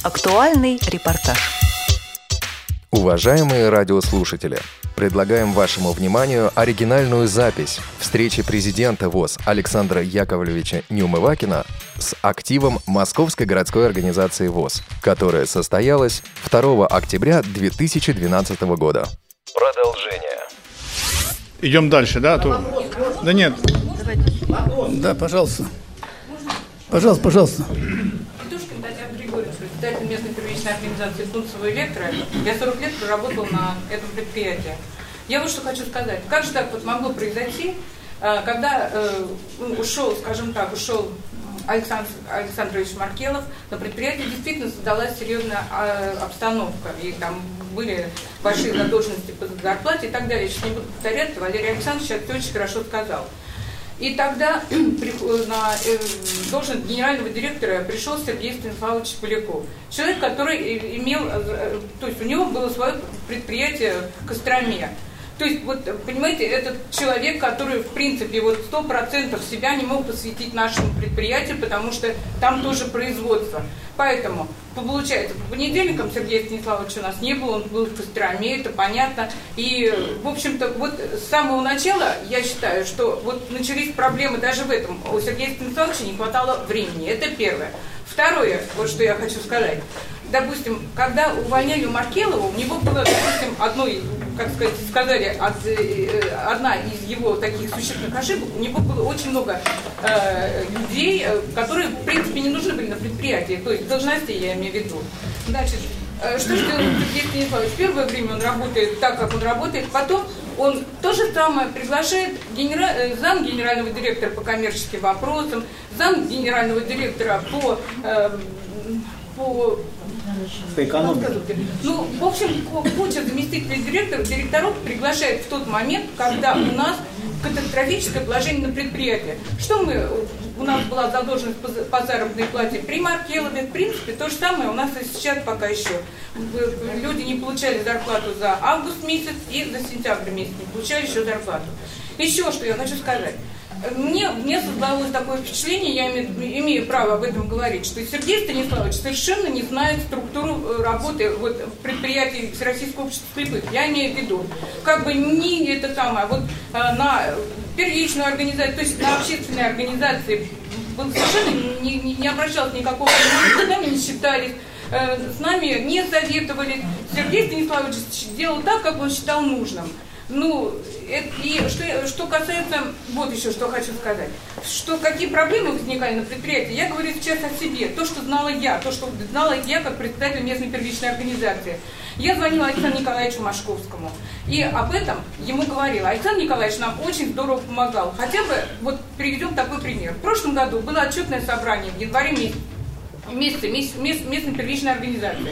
Актуальный репортаж. Уважаемые радиослушатели, предлагаем вашему вниманию оригинальную запись встречи президента ВОС Александра Яковлевича Неумывакина с активом Московской городской организации ВОС, которая состоялась 2 октября 2012 года. Продолжение. Идем дальше, да? Да нет. Да, пожалуйста. Пожалуйста. Петушкин Татьяна Григорьевна, председатель местной первичной организации «Тунцево электро». Я 40 лет проработал на этом предприятии. Я вот что хочу сказать. Как же так вот могло произойти, когда ушел Александр Александрович Маркелов, на предприятии действительно создалась серьезная обстановка, и там были большие задолженности по зарплате и так далее. Я сейчас не буду повторяться, Валерий Александрович это очень хорошо сказал. И тогда на должность генерального директора пришел Сергей Станиславович Поляков. Человек, который имел, то есть у него было свое предприятие в Костроме. То есть, вот, понимаете, этот человек, который, в принципе, вот 100% себя не мог посвятить нашему предприятию, потому что там тоже производство. Поэтому, получается, по понедельникам Сергея Станиславовича у нас не было, он был в Костроме, это понятно. И, в общем-то, вот с самого начала, я считаю, что вот начались проблемы даже в этом. У Сергея Станиславовича не хватало времени, это первое. Второе, вот что я хочу сказать. Допустим, когда увольняли Маркелова, у него было, допустим, одна из его таких существенных ошибок, у него было очень много людей, которые, в принципе, не нужны были на предприятии, то есть должностей, я имею в виду. Значит, что же делает Сергей Станиславович? Первое время он работает так, как он работает, потом он то же самое приглашает зам генерального директора по коммерческим вопросам, зам генерального директора по экономике. Ну, в общем, куча заместителей директоров приглашает в тот момент, когда у нас катастрофическое положение на предприятии. У нас была задолженность по заработной плате при Маркелове, в принципе, то же самое у нас и сейчас пока еще. Люди не получали зарплату за август месяц и за сентябрь месяц не получали еще зарплату. Еще что я хочу сказать. Мне создалось такое впечатление, я имею право об этом говорить, что Сергей Станиславович совершенно не знает структуру работы предприятий Всероссийского общества слепых. Я имею в виду, на первичную организацию, то есть на общественные организации совершенно не обращался никакого внимания, с нами не считались, с нами не советовались. Сергей Станиславович делал так, как он считал нужным. Что касается, вот еще что хочу сказать, что какие проблемы возникали на предприятии, я говорю сейчас о себе, то, что знала я как председатель местной первичной организации. Я звонила Александру Николаевичу Машковскому, и об этом ему говорила. Александр Николаевич нам очень здорово помогал. Хотя бы, вот приведем такой пример. В прошлом году было отчетное собрание в январе месяце местной первичной организации.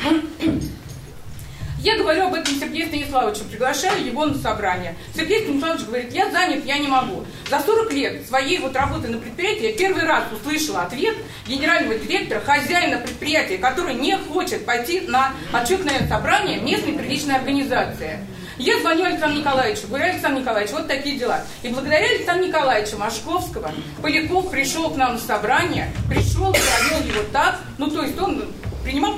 Я говорю об этом Сергею Станиславовичу, приглашаю его на собрание. Сергей Станиславович говорит, я занят, я не могу. За 40 лет своей работы на предприятии я первый раз услышала ответ генерального директора, хозяина предприятия, который не хочет пойти на отчетное собрание местной первичной организации. Я звоню Александру Николаевичу, говорю, Александр Николаевич, вот такие дела. И благодаря Александру Николаевичу Машковского Поляков пришел к нам на собрание, провел его так, то есть он принимал,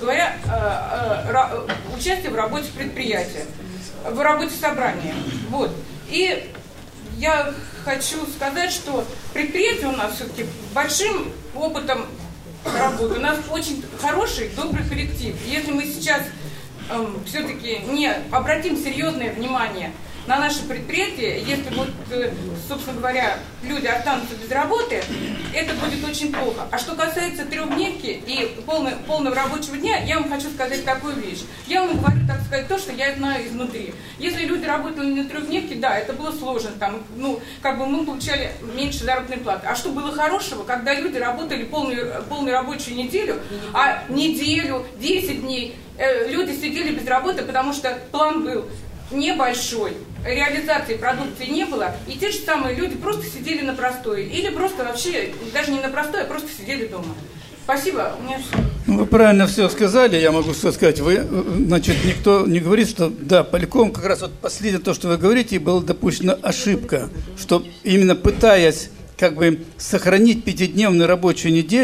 участие в работе предприятия, в работе собрания. Вот. И я хочу сказать, что предприятие у нас все-таки большим опытом работы. У нас очень хороший, добрый коллектив. Если мы сейчас все-таки не обратим серьезное внимание на наше предприятие, если собственно говоря, люди останутся без работы, это будет очень плохо. А что касается трехдневки и полного рабочего дня, я вам хочу сказать такую вещь. Я вам говорю, так сказать, то, что я знаю изнутри. Если люди работали на трехдневке, да, это было сложно. Мы получали меньше заработной платы. А что было хорошего, когда люди работали полную рабочую неделю, а неделю, 10 дней люди сидели без работы, потому что план был небольшой, реализации продукции не было, и те же самые люди просто сидели на простое, или просто вообще, даже не на простое, а просто сидели дома. Спасибо, у меня все. Вы правильно все сказали, я могу что сказать. Никто не говорит, что да, Поляковым как раз последнее то, что вы говорите, была допущена ошибка, что именно пытаясь сохранить 5-дневную рабочую неделю,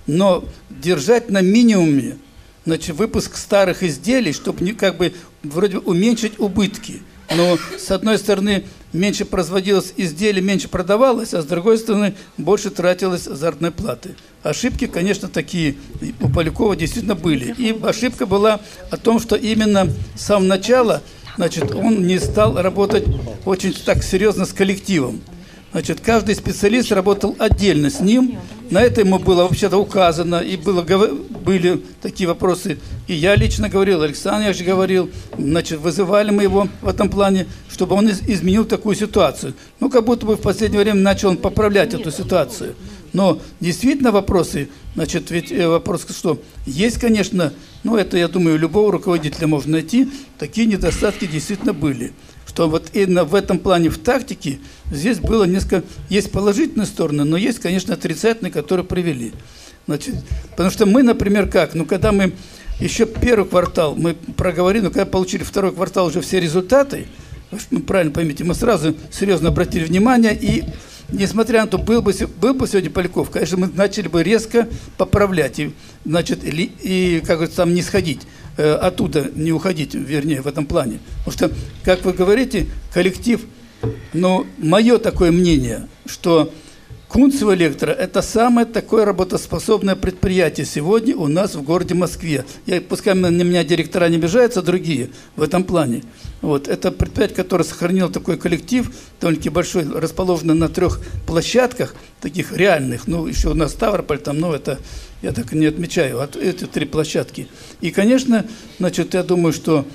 но держать на минимуме, значит, выпуск старых изделий, чтобы как бы вроде уменьшить убытки. Но, с одной стороны, меньше производилось изделий, меньше продавалось, а с другой стороны, больше тратилось заработной платы. Ошибки, конечно, такие у Полякова действительно были. И ошибка была о том, что именно с самого начала, значит, он не стал работать очень так серьезно с коллективом. Значит, каждый специалист работал отдельно с ним. На это ему было вообще-то указано, и были такие вопросы. И я лично говорил, Александр Яковлевич говорил, значит, вызывали мы его в этом плане, чтобы он изменил такую ситуацию. Ну, как будто бы в последнее время начал он поправлять эту ситуацию. Но действительно вопросы, значит, ведь вопрос, что есть, конечно, ну, это, я думаю, у любого руководителя можно найти, такие недостатки действительно были. Что вот именно в этом плане, в тактике, здесь было несколько, есть положительные стороны, но есть, конечно, отрицательные, которые привели. Значит, потому что мы, например, как, ну, когда мы еще первый квартал мы проговорили, но когда получили второй квартал уже все результаты, вы правильно поймите, мы сразу серьезно обратили внимание, и несмотря на то, был бы сегодня Поляков, конечно, мы начали бы резко поправлять, и, значит, и как говорится, там не сходить. Оттуда не уходить, вернее, в этом плане. Потому что, как вы говорите, коллектив, ну, мое такое мнение, что Кунцево Электро – это самое такое работоспособное предприятие сегодня у нас в городе Москве. Пускай на меня директора не обижаются, другие в этом плане. Вот. Это предприятие, которое сохранило такой коллектив, довольно-таки большой, расположено на 3 площадках, таких реальных. Ну, еще у нас Ставрополь, там, ну, это я так и не отмечаю, эти 3 площадки. И, конечно, значит, я думаю, что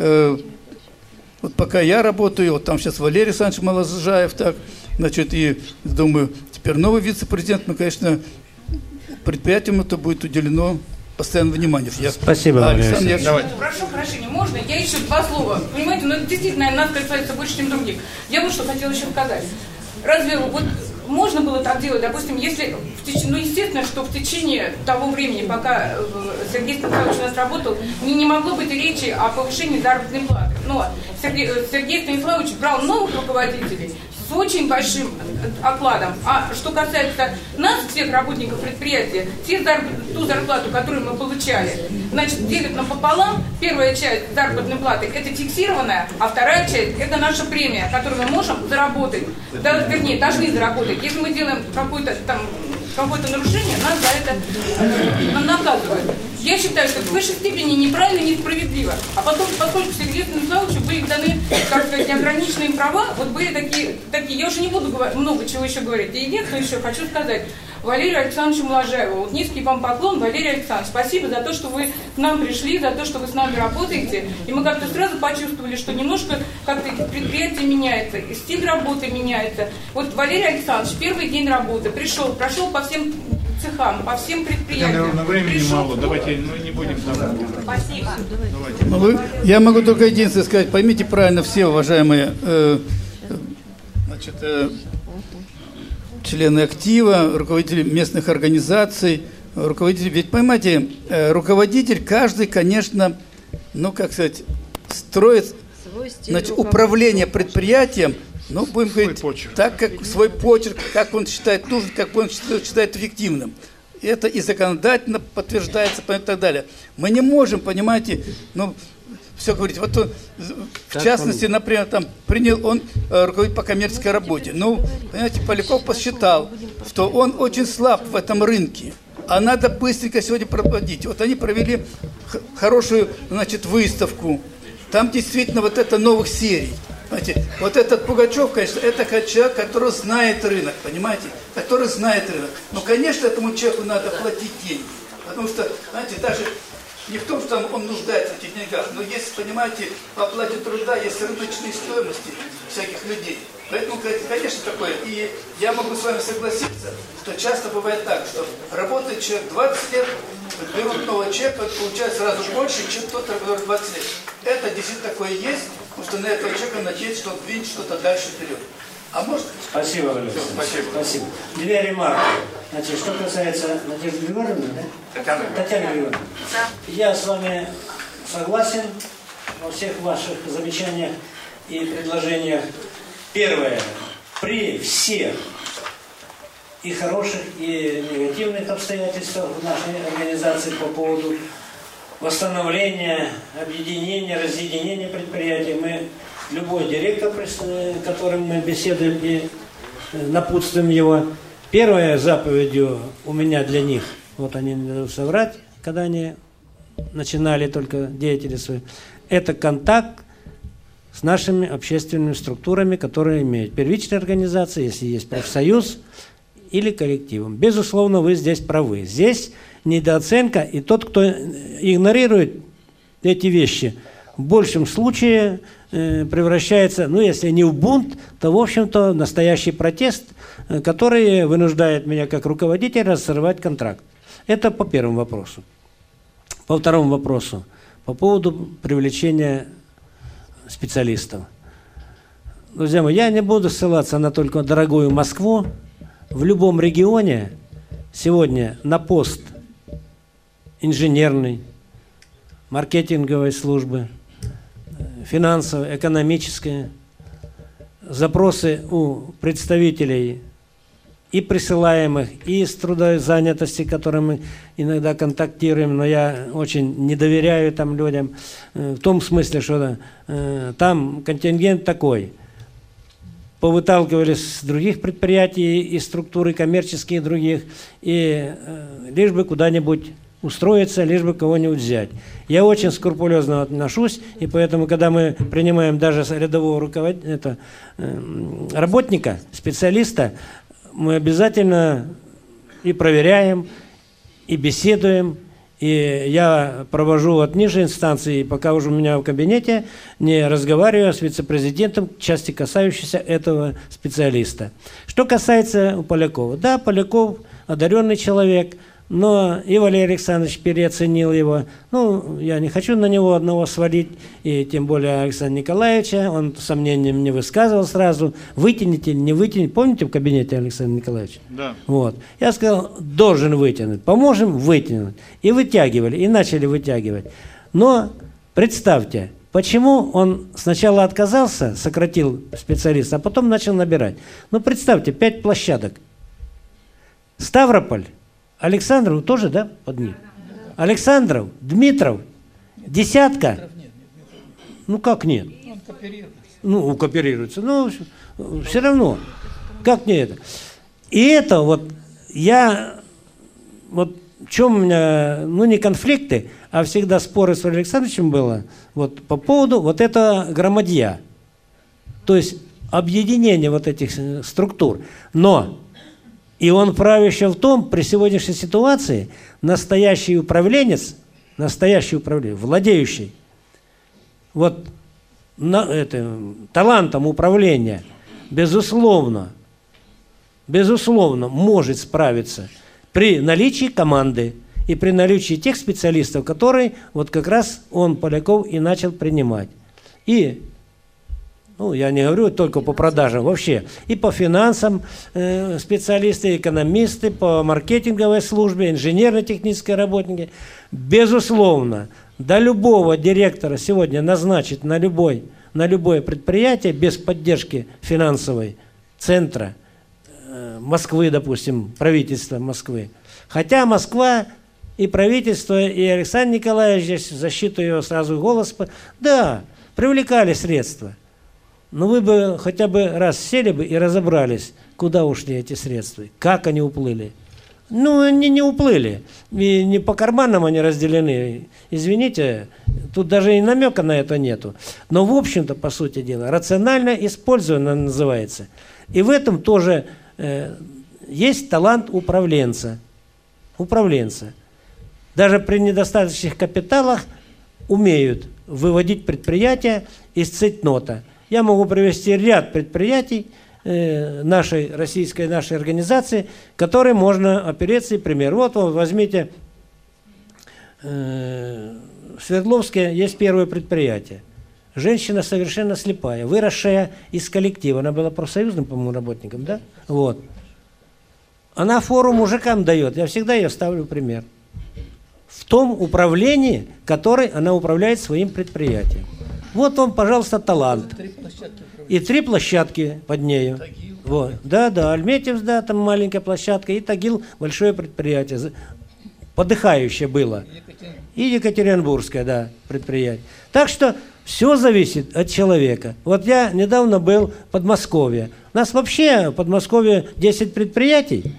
вот пока я работаю, вот там сейчас Валерий Александрович Моложаев, так, значит, и думаю, теперь новый вице-президент, ну, конечно, предприятиям это будет уделено постоянное внимание. Спасибо, Валерий. Прошу прощения, можно? Я еще 2 слова. Понимаете, ну, это действительно, нас касается больше, чем других. Я вот что хотела еще сказать. Разве вот можно было так делать, допустим, если, ну, естественно, что в течение того времени, пока Сергей Станиславович у нас работал, не могло быть речи о повышении заработной платы. Но Сергей Станиславович брал новых руководителей с очень большим окладом. А что касается нас, всех работников предприятия, ту зарплату, которую мы получали, значит, делят напополам. Первая часть заработной платы – это фиксированная, а вторая часть – это наша премия, которую мы можем заработать, вернее, должны заработать. Если мы делаем какое-то нарушение, нас за это наказывают. Я считаю, что в высшей степени неправильно и несправедливо. А потом, поскольку Сергею Станиславовичу были даны, как сказать, неограниченные права, вот были такие, я уже не буду много чего еще говорить. И единственное еще хочу сказать Валерию Александровичу Моложаеву. Вот низкий вам поклон, Валерий Александрович. Спасибо за то, что вы к нам пришли, за то, что вы с нами работаете. И мы как-то сразу почувствовали, что немножко как-то предприятие меняется, и стиль работы меняется. Вот Валерий Александрович первый день работы прошел по всем цехам, по всем предприятиям. На времени мало, давайте не будем там. Спасибо. Я могу только единственное сказать, поймите правильно все, уважаемые члены актива, руководители местных организаций, руководители. Ведь, понимаете, руководитель каждый, конечно, ну, как сказать, строит, значит, управление предприятием, ну, будем говорить, так, как свой почерк, как он считает нужным, как он считает эффективным. Это и законодательно подтверждается, и так далее. Мы не можем, понимаете, ну, все говорить. Вот он, в частности, например, там принял он руководить по коммерческой работе. Ну, понимаете, Поляков посчитал, что он очень слаб в этом рынке, а надо быстренько сегодня проводить. Вот они провели хорошую, значит, выставку. Там действительно вот это новых серий. Понимаете, вот этот Пугачев, конечно, это человек, который знает рынок, понимаете, который знает рынок. Но, конечно, этому человеку надо платить деньги, потому что, знаете, даже не в том, что он нуждается в этих деньгах, но есть, понимаете, по оплате труда есть рыночные стоимости всяких людей. Поэтому, конечно, такое. И я могу с вами согласиться, что часто бывает так, что работает человек 20 лет, берут нового человека, получает сразу больше, чем тот, который 20 лет. Это действительно такое есть, потому что на этого человека надеется, что он двинет что-то дальше вперед. А может? Спасибо, Валерий. Спасибо. 2 ремарки. Значит, что касается Надежды Григорьевны, да? Татьяна Григорьевна. Да. Я с вами согласен во всех ваших замечаниях и предложениях. Первое. При всех и хороших, и негативных обстоятельств в нашей организации по поводу восстановления, объединения, разъединения предприятий. Мы, любой директор, с которым мы беседуем и напутствуем его, первая заповедью у меня для них, вот они не дадут соврать, когда они начинали только деятельность свою, это контакт с нашими общественными структурами, которые имеют первичные организации, если есть профсоюз, или коллективом. Безусловно, вы здесь правы. Здесь недооценка, и тот, кто игнорирует эти вещи, в большем случае превращается, ну, если не в бунт, то, в общем-то, настоящий протест, который вынуждает меня, как руководителя, разорвать контракт. Это по первому вопросу. По второму вопросу, по поводу привлечения специалистов. Друзья мои, я не буду ссылаться на только дорогую Москву. В любом регионе сегодня на пост инженерной, маркетинговой службы, финансовой, экономической, запросы у представителей и присылаемых, и из трудозанятости, с которыми мы иногда контактируем, но я очень не доверяю там людям, в том смысле, что там контингент такой. Повыталкивались с других предприятий и структуры коммерческих других, и лишь бы куда-нибудь устроиться, лишь бы кого-нибудь взять. Я очень скрупулезно отношусь, и поэтому, когда мы принимаем даже рядового работника, специалиста, мы обязательно и проверяем, и беседуем, и я провожу от нижней инстанции, пока уже у меня в кабинете, не разговариваю с вице-президентом, части касающейся этого специалиста. Что касается Полякова. Да, Поляков одаренный человек, но и Валерий Александрович переоценил его. Ну, я не хочу на него одного свалить, и тем более Александра Николаевича. Он сомнением не высказывал сразу, вытянете или не вытянете. Помните в кабинете Александра Николаевича? Да. Вот. Я сказал, должен вытянуть. Поможем вытянуть. И вытягивали, и начали вытягивать. Но представьте, почему он сначала отказался, сократил специалиста, а потом начал набирать. Ну, представьте, 5 площадок. Ставрополь. Александров тоже, да, под ним? Александров, Дмитров, десятка. Ну как нет? Ну, кооперируется. Ну, все равно. Как не это? И это вот я, вот в чем у меня, ну не конфликты, а всегда споры с Валерием Александровичем было, вот по поводу вот этого громадья. То есть объединение вот этих структур. Но и он прав еще в том, при сегодняшней ситуации настоящий управленец, владеющий вот талантом управления, безусловно, может справиться при наличии команды и при наличии тех специалистов, которые вот как раз он, Поляков, и начал принимать. И ну, я не говорю только по продажам, вообще. И по финансам специалисты, экономисты, по маркетинговой службе, инженерно-технические работники. Безусловно, до любого директора сегодня назначить на любое предприятие без поддержки финансовой центра Москвы, допустим, правительства Москвы. Хотя Москва и правительство, и Александр Николаевич, здесь в защиту его сразу голос, да, привлекали средства. Но вы бы хотя бы раз сели бы и разобрались, куда ушли эти средства, как они уплыли. Ну, они не уплыли, и не по карманам они разделены. Извините, тут даже и намека на это нету. Но, в общем-то, по сути дела, рационально использовано называется. И в этом тоже есть талант управленца. Даже при недостаточных капиталах умеют выводить предприятия из цейтнота. Я могу привести ряд предприятий нашей организации, которые можно опереться и пример. Вот возьмите, в Свердловске есть первое предприятие. Женщина совершенно слепая, выросшая из коллектива. Она была профсоюзным, по-моему, работником, да? Вот. Она фору мужикам дает. Я всегда ее ставлю пример. В том управлении, которой она управляет своим предприятием. Вот вам, пожалуйста, талант. И 3 площадки под нею. Вот. Да, Альметьевск, да, там маленькая площадка, и Тагил большое предприятие, подыхающее было. И Екатеринбургское, да, предприятие. Так что все зависит от человека. Вот я недавно был в Подмосковье. У нас вообще в Подмосковье 10 предприятий.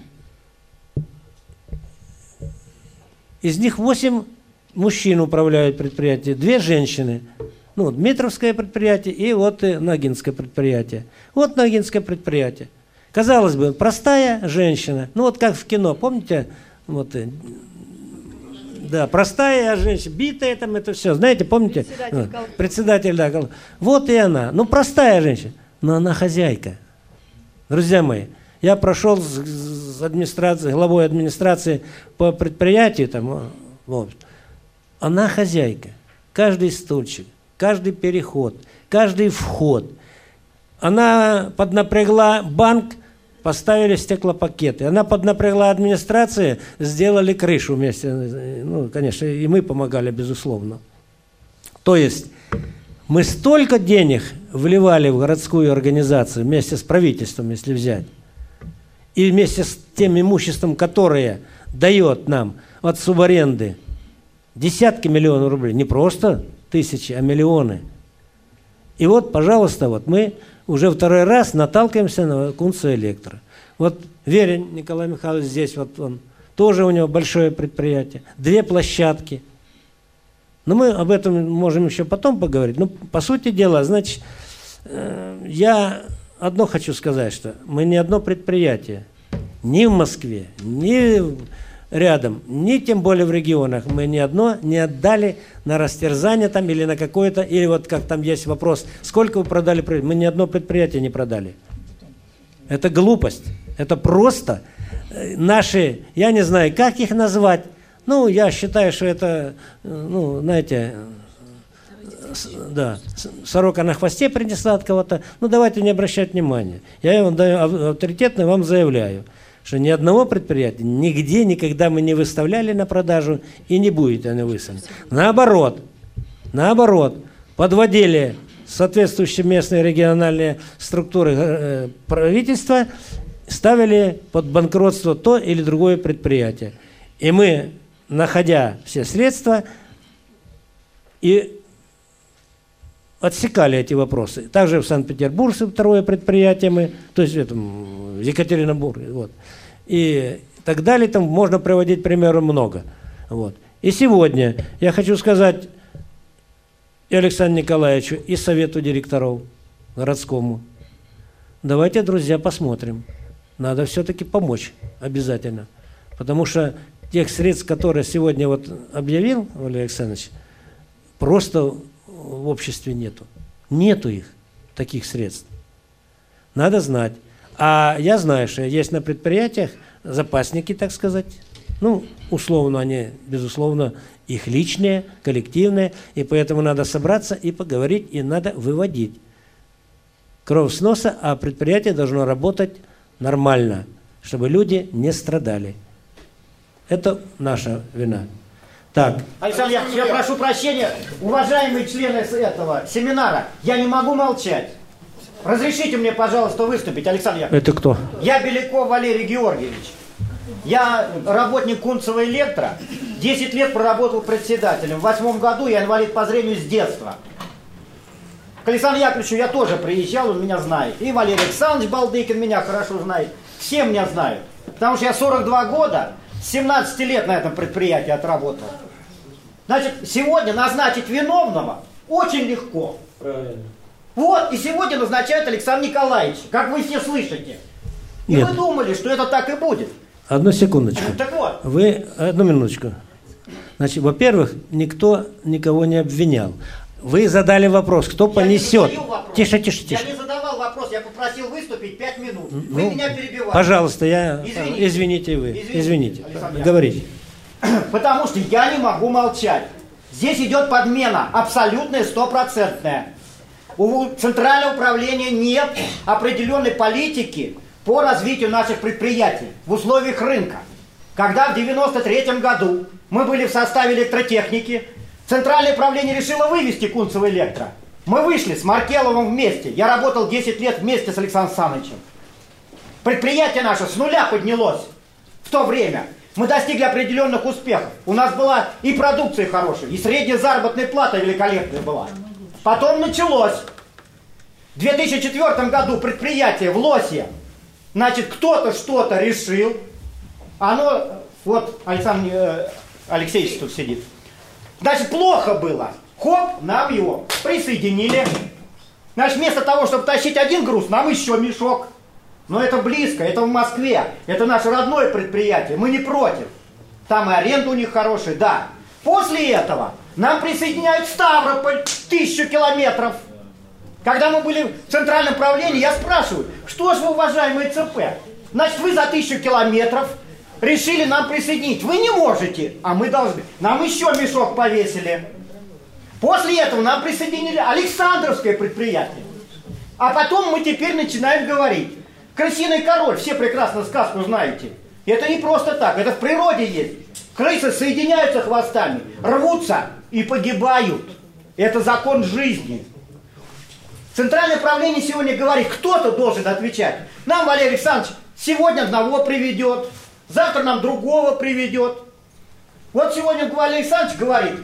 Из них 8 мужчин управляют предприятием, 2 женщины. Ну, Дмитровское предприятие и вот Ногинское предприятие. Вот Ногинское предприятие. Казалось бы, простая женщина. Ну, вот как в кино, помните? Вот, да, простая женщина, битая там, это все. Знаете, помните? Председатель, да. Вот и она. Ну, простая женщина, но она хозяйка. Друзья мои, я прошел с главой администрации по предприятию, там, вот. Она хозяйка. Каждый стульчик, каждый переход, каждый вход. Она поднапрягла банк, поставили стеклопакеты. Она поднапрягла администрацию, сделали крышу вместе. Ну, конечно, и мы помогали, безусловно. То есть мы столько денег вливали в городскую организацию вместе с правительством, если взять, и вместе с тем имуществом, которое дает нам от субаренды, десятки миллионов рублей, не просто тысячи, а миллионы. И вот, пожалуйста, вот мы уже второй раз наталкиваемся на Кунцеэлектро. Вот Верин Николай Михайлович здесь, вот он, тоже у него большое предприятие, 2 площадки. Но мы об этом можем еще потом поговорить. Ну, по сути дела, значит, я одно хочу сказать, что мы ни одно предприятие, ни в Москве, ни рядом, ни тем более в регионах, мы ни одно не отдали на растерзание там или на какое-то, или вот как там есть вопрос, сколько вы продали, мы ни одно предприятие не продали. Это глупость, это просто наши, я не знаю, как их назвать, ну, я считаю, что это, ну, знаете, да, сорока на хвосте принесла от кого-то, ну, давайте не обращать внимания. Я вам даю, авторитетно вам заявляю, что ни одного предприятия нигде никогда мы не выставляли на продажу и не будет они выставлены. Наоборот, подводили соответствующие местные региональные структуры правительства, ставили под банкротство то или другое предприятие. И мы, находя все средства, и отсекали эти вопросы. Также в Санкт-Петербурге второе предприятие мы, то есть в Екатеринбурге, вот. И так далее, там можно приводить примеры много. Вот. И сегодня я хочу сказать и Александру Николаевичу, и совету директоров городскому, давайте, друзья, посмотрим. Надо все-таки помочь обязательно. Потому что тех средств, которые сегодня вот объявил Валерий Александрович, просто в обществе нету. Нету их, таких средств. Надо знать. А я знаю, что есть на предприятиях запасники, так сказать. Ну, условно они, безусловно, их личные, коллективные. И поэтому надо собраться и поговорить, и надо выводить кровь с носа, а предприятие должно работать нормально, чтобы люди не страдали. Это наша вина. Так. Александр Яковлевич, я прошу прощения, уважаемые члены этого семинара, я не могу молчать. Разрешите мне, пожалуйста, выступить, Александр Яковлевич. Это кто? Я Беляков Валерий Георгиевич. Я работник Кунцево-Электро. 10 лет проработал председателем. В 2008 году я инвалид по зрению с детства. К Александру Яковлевичу я тоже приезжал, он меня знает. И Валерий Александрович Балдыкин меня хорошо знает. Все меня знают. Потому что я 42 года, 17 лет на этом предприятии отработал. Значит, сегодня назначить виновного очень легко. Правильно. Вот, и сегодня назначают Александра Николаевича, как вы все слышите. И Нет. вы думали, что это так и будет. Одну секундочку. Так вот. Вы, одну минуточку. Значит, во-первых, никто никого не обвинял. Вы задали вопрос, кто понесет. Тише. Я не задавал вопрос, я попросил выступить 5 минут. Вы меня перебиваете. Пожалуйста, извините вы. Извините. Говорите. Потому что я не могу молчать. Здесь идет подмена, абсолютная, стопроцентная. У Центрального управления нет определенной политики по развитию наших предприятий в условиях рынка. Когда в 1993 году мы были в составе электротехники, Центральное управление решило вывести Кунцево-Электро. Мы вышли с Маркеловым вместе. Я работал 10 лет вместе с Александром Александровичем. Предприятие наше с нуля поднялось в то время. Мы достигли определенных успехов. У нас была и продукция хорошая, и средняя заработная плата великолепная была. Потом началось. В 2004 году предприятие в Лосе, значит, кто-то что-то решил. Оно, вот Александр Алексеевич тут сидит. Значит, плохо было. Хоп, нам его присоединили. Значит, вместо того, чтобы тащить один груз, нам еще мешок. Но это близко, это в Москве. Это наше родное предприятие, мы не против. Там и аренда у них хорошая, да. После этого нам присоединяют Ставрополь, 1000 километров. Когда мы были в центральном правлении, я спрашиваю, что же вы, уважаемые ЦП, значит, вы за 1000 километров решили нам присоединить. Вы не можете, а мы должны. Нам еще мешок повесили. После этого нам присоединили Александровское предприятие. А потом мы теперь начинаем говорить. Крысиный король, все прекрасно сказку знаете. Это не просто так, это в природе есть. Крысы соединяются хвостами, рвутся и погибают. Это закон жизни. Центральное правление сегодня говорит, кто-то должен отвечать. Нам Валерий Александрович сегодня одного приведет, завтра нам другого приведет. Вот сегодня Валерий Александрович говорит,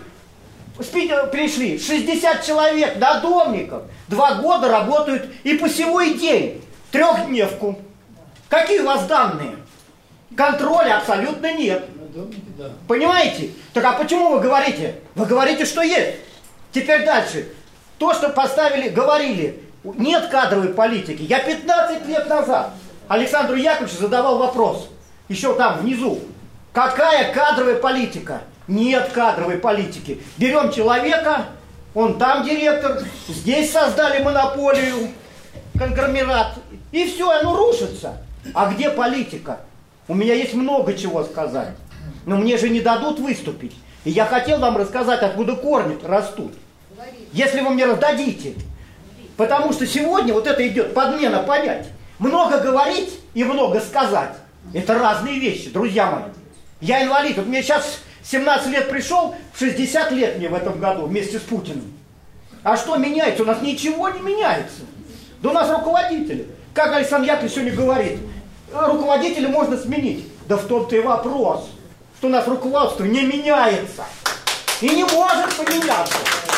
пришли 60 человек, надомников, 2 года работают и по сей день, 3-дневку. Какие у вас данные? Контроля абсолютно нет. Понимаете? Так а почему вы говорите? Вы говорите, что есть. Теперь дальше. То, что поставили, говорили, нет кадровой политики. Я 15 лет назад Александру Яковлевичу задавал вопрос, еще там внизу. Какая кадровая политика? Нет кадровой политики. Берем человека, он там директор, здесь создали монополию, конгломерат, и все, оно рушится. А где политика? У меня есть много чего сказать, но мне же не дадут выступить. И я хотел вам рассказать, откуда корни растут. Если вы мне раздадите. Потому что сегодня вот это идет подмена понятий. Много говорить и много сказать. Это разные вещи, друзья мои. Я инвалид. Вот мне сейчас 17 лет пришел, 60 лет мне в этом году вместе с Путиным. А что меняется? У нас ничего не меняется. Да у нас руководители. Как Александр Яковлевич сегодня говорит, руководителя можно сменить. Да в том-то и вопрос, что у нас руководство не меняется. И не может поменяться.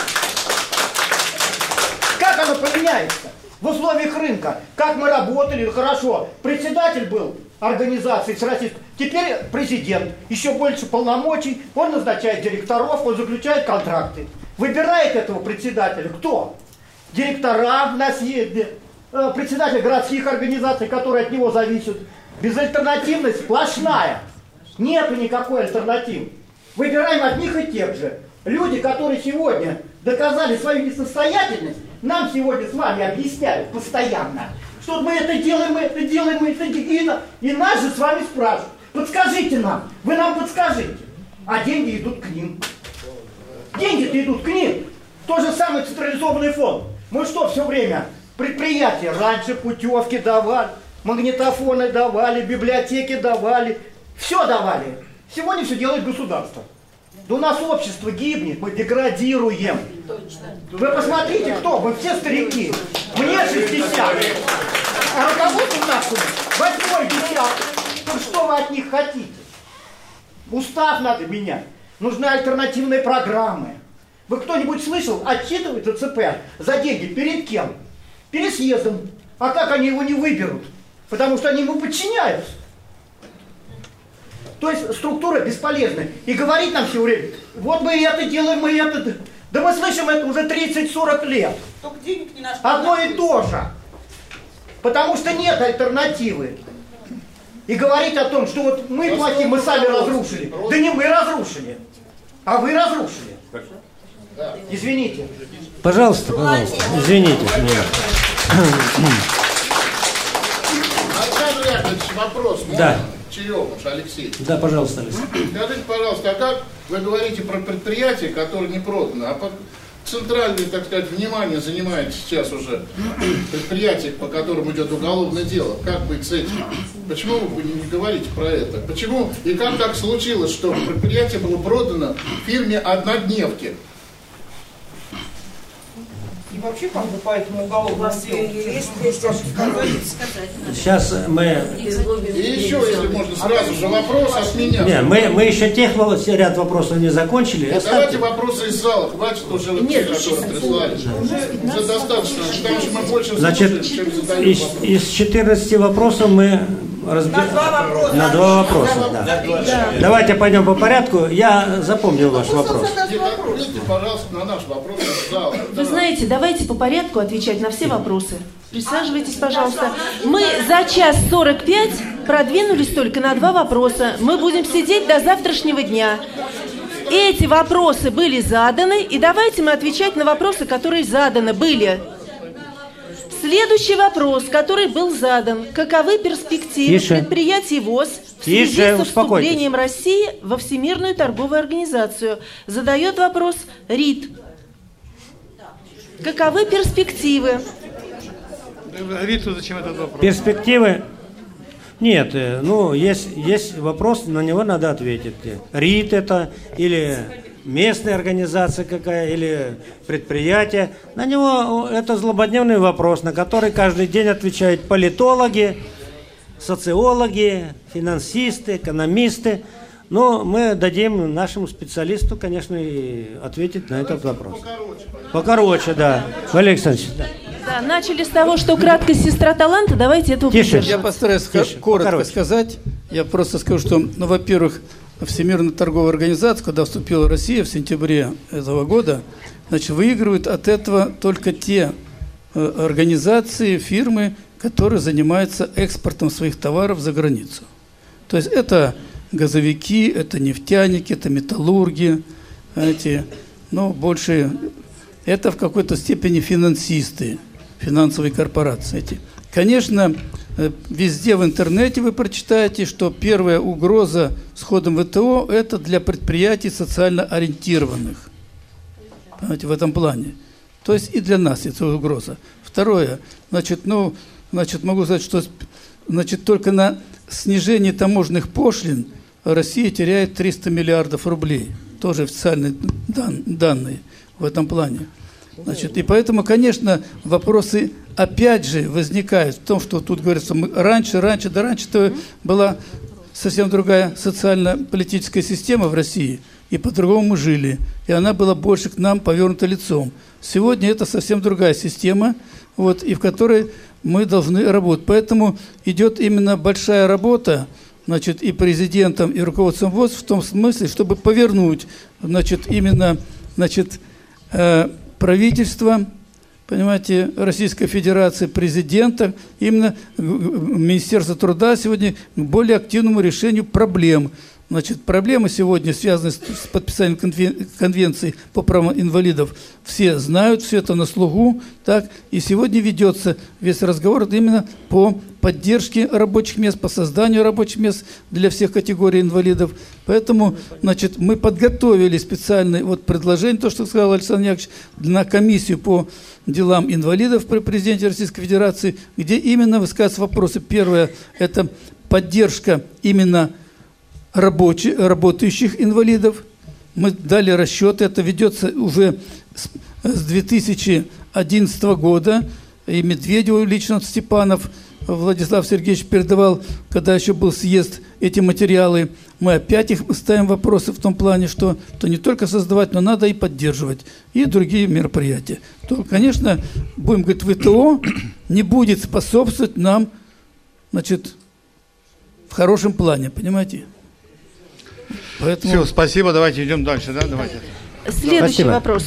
Как оно поменяется? В условиях рынка. Как мы работали, хорошо. Председатель был организации всероссийской. Теперь президент. Еще больше полномочий. Он назначает директоров, он заключает контракты. Выбирает этого председателя кто? Директора на съезде, председатель городских организаций, которые от него зависят. Безальтернативность сплошная. Нету никакой альтернативы. Выбираем одних и тех же. Люди, которые сегодня доказали свою несостоятельность, нам сегодня с вами объясняют постоянно, что мы это делаем, мы это делаем, мы это делаем. И нас же с вами спрашивают. Подскажите нам, вы нам подскажите. А деньги идут к ним. Деньги-то идут к ним. То же самое централизованный фонд. Мы что все время? Предприятия раньше путевки давали, магнитофоны давали, библиотеки давали. Все давали. Сегодня все делает государство. Да у нас общество гибнет, мы деградируем. Точно. Вы посмотрите, кто? Мы все старики. Мне 60. А руководство нашему 8-й десяток. Ну что вы от них хотите? Устав надо менять. Нужны альтернативные программы. Вы кто-нибудь слышал, отчитывается ЦП за деньги перед кем? Перед съездом. А как они его не выберут? Потому что они ему подчиняются. То есть структура бесполезна. И говорить нам все время, вот мы это делаем, мы это... Да мы слышим это уже 30-40 лет. Только денег не на что. Одно и то же. Потому что нет альтернативы. И говорить о том, что вот мы плохие, мы сами разрушили. Да не мы разрушили, а вы разрушили. Извините. Пожалуйста, извините. Александр Яковлевич, вопрос. Да. Черемуш Алексей. Да, пожалуйста, Алексей. Скажите, пожалуйста, а как вы говорите про предприятие, которое не продано, а центральное, так сказать, внимание занимает сейчас уже предприятие, по которому идет уголовное дело? Как быть с этим? Почему вы не говорите про это? Почему и как так случилось, что предприятие было продано фирме «Однодневки»? И вообще как бы по этому уголовному Сейчас мы... И еще, если можно, сразу же вопрос от меня. Не, мы еще ряд вопросов не закончили. Давайте вопросы из зала, хватит уже те, которые прислали. Уже достаточно, потому что мы больше слушаем, чем задаем вопросы. Из 14 вопросов мы разберем... На два вопроса. Да. Давайте пойдем по порядку. Я запомнил ваш вопрос. Ответьте, пожалуйста, на наш вопрос из зала. Вы знаете, давайте по порядку отвечать на все вопросы. Присаживайтесь, пожалуйста. Мы за час 45 продвинулись только на 2 вопроса. Мы будем сидеть до завтрашнего дня. Эти вопросы были заданы, и давайте мы отвечать на вопросы, которые заданы были. Следующий вопрос, который был задан. Каковы перспективы предприятий ВОЗ в связи со вступлением России во Всемирную торговую организацию? Задает вопрос РИТ. Каковы перспективы? Риту зачем этот вопрос? Перспективы? Нет, ну, есть вопрос, на него надо ответить. РИТ это или местная организация какая, или предприятие. На него это злободневный вопрос, на который каждый день отвечают политологи, социологи, финансисты, экономисты. Но мы дадим нашему специалисту, конечно, и ответить на этот вопрос. Покороче, да. Валерий Александрович. Да, начали с того, что краткость сестра таланта. Давайте этого придерживаться. Я постараюсь коротко сказать. Я просто скажу, что, ну, во-первых, Всемирная торговая организация, когда вступила Россия в сентябре этого года, значит, выигрывают от этого только те организации, фирмы, которые занимаются экспортом своих товаров за границу. То есть это газовики, это нефтяники, это металлурги, знаете, но больше это в какой-то степени финансисты, финансовые корпорации. Эти. Конечно, везде в интернете вы прочитаете, что первая угроза с входом в ВТО – это для предприятий социально ориентированных. Понимаете, в этом плане. То есть и для нас это угроза. Второе, могу сказать, что только на снижение таможенных пошлин Россия теряет 300 миллиардов рублей. Тоже официальные данные в этом плане. Значит, и поэтому, конечно, вопросы опять же возникают в том, что тут говорится, раньше-то была совсем другая социально-политическая система в России, и по-другому мы жили, и она была больше к нам повернута лицом. Сегодня это совсем другая система, вот, и в которой мы должны работать. Поэтому идет именно большая работа, значит, и президентом, и руководством ВОЗ в том смысле, чтобы повернуть, значит, именно, значит, правительство, понимаете, Российской Федерации, президента, именно Министерство труда сегодня к более активному решению проблем. Значит, проблемы сегодня связаны с подписанием конвенции по правам инвалидов. Все знают, все это на слуху, так, и сегодня ведется весь разговор именно по поддержке рабочих мест, по созданию рабочих мест для всех категорий инвалидов. Поэтому, значит, мы подготовили специальное вот предложение, то, что сказал Александр Яковлевич, на комиссию по делам инвалидов при президенте Российской Федерации, где именно высказываются вопросы. Первое – это поддержка именно работающих инвалидов. Мы дали расчеты, это ведется уже с 2011 года, и Медведеву лично Степанов Владислав Сергеевич передавал, когда еще был съезд, эти материалы. Мы опять их ставим вопросы в том плане, что не только создавать, но надо и поддерживать, и другие мероприятия. То, конечно, будем говорить, ВТО не будет способствовать нам, значит, в хорошем плане, понимаете? Поэтому... Все, спасибо, давайте идем дальше, да? Давайте. Следующий вопрос.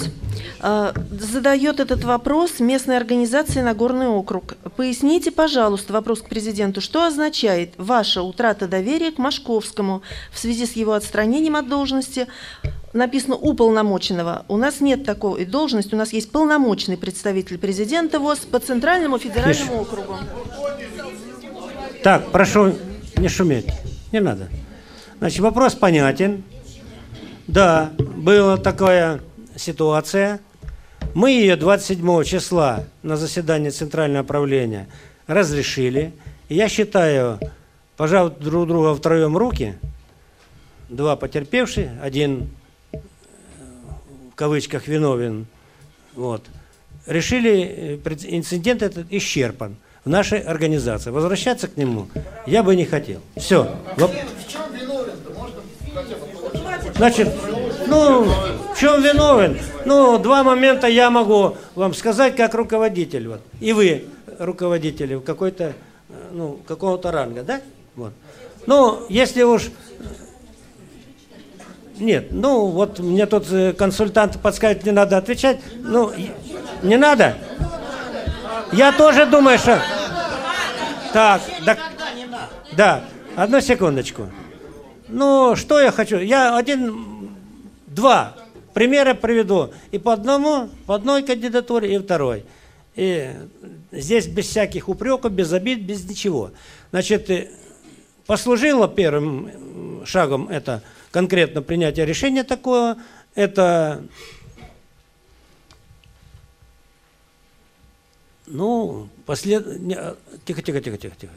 Задает этот вопрос местная организация «Нагорный округ». Поясните, пожалуйста, вопрос к президенту. Что означает ваша утрата доверия к Машковскому в связи с его отстранением от должности? Написано «уполномоченного». У нас нет такой должности, у нас есть полномочный представитель президента ВОЗ по Центральному федеральному округу. Так, прошу не шуметь, не надо. Значит, вопрос понятен. Да, была такая ситуация. Мы ее 27 числа на заседании Центрального правления разрешили. И я считаю, пожав друг друга втроем руки, 2 потерпевшие, один в кавычках виновен, вот, решили, инцидент этот исчерпан в нашей организации. Возвращаться к нему я бы не хотел. Все. В чем виновен-то? Можно хотя бы... Значит, ну, в чем виновен? Ну, два момента я могу вам сказать как руководитель. Вот. И вы, руководители, какой-то, ну, какого-то ранга, да? Вот. Ну, если уж... Нет, ну, вот мне тут консультант подскажет, не надо отвечать. Ну, не надо? Я тоже думаю, что... Так, да, одну секундочку. Ну, что я хочу? Я два примера приведу. И по одной кандидатуре, и второй. И здесь без всяких упреков, без обид, без ничего. Значит, послужило первым шагом это конкретно принятие решения такого. Это... Ну, Тихо.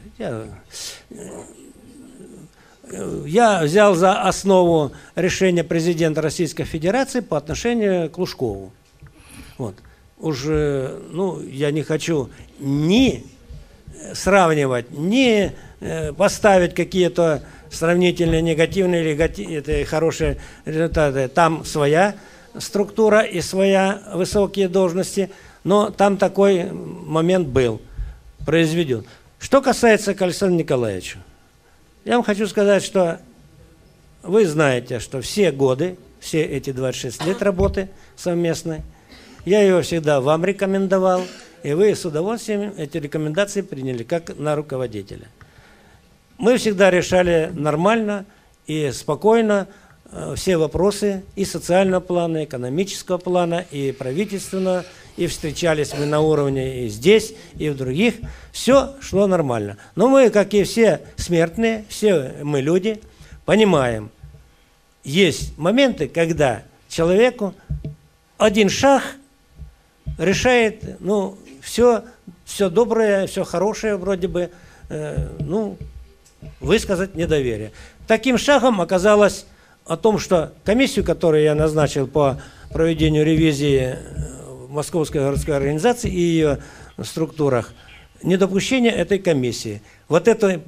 Я взял за основу решение президента Российской Федерации по отношению к Лужкову. Вот. Уже, ну, я не хочу ни сравнивать, ни поставить какие-то сравнительные негативные или хорошие результаты. Там своя структура и своя высокие должности. Но там такой момент был произведен. Что касается к Александру Николаевичу, я вам хочу сказать, что вы знаете, что все годы, все эти 26 лет работы совместной, я ее всегда вам рекомендовал, и вы с удовольствием эти рекомендации приняли, как на руководителя. Мы всегда решали нормально и спокойно все вопросы и социального плана, и экономического плана, и правительственного, и встречались мы на уровне и здесь, и в других. Все шло нормально. Но мы, как и все смертные, все мы люди, понимаем, есть моменты, когда человеку один шаг решает, ну, все доброе, все хорошее вроде бы, ну, высказать недоверие. Таким шагом оказалось о том, что комиссию, которую я назначил по проведению ревизии Московской городской организации и ее структурах, недопущение этой комиссии. Вот это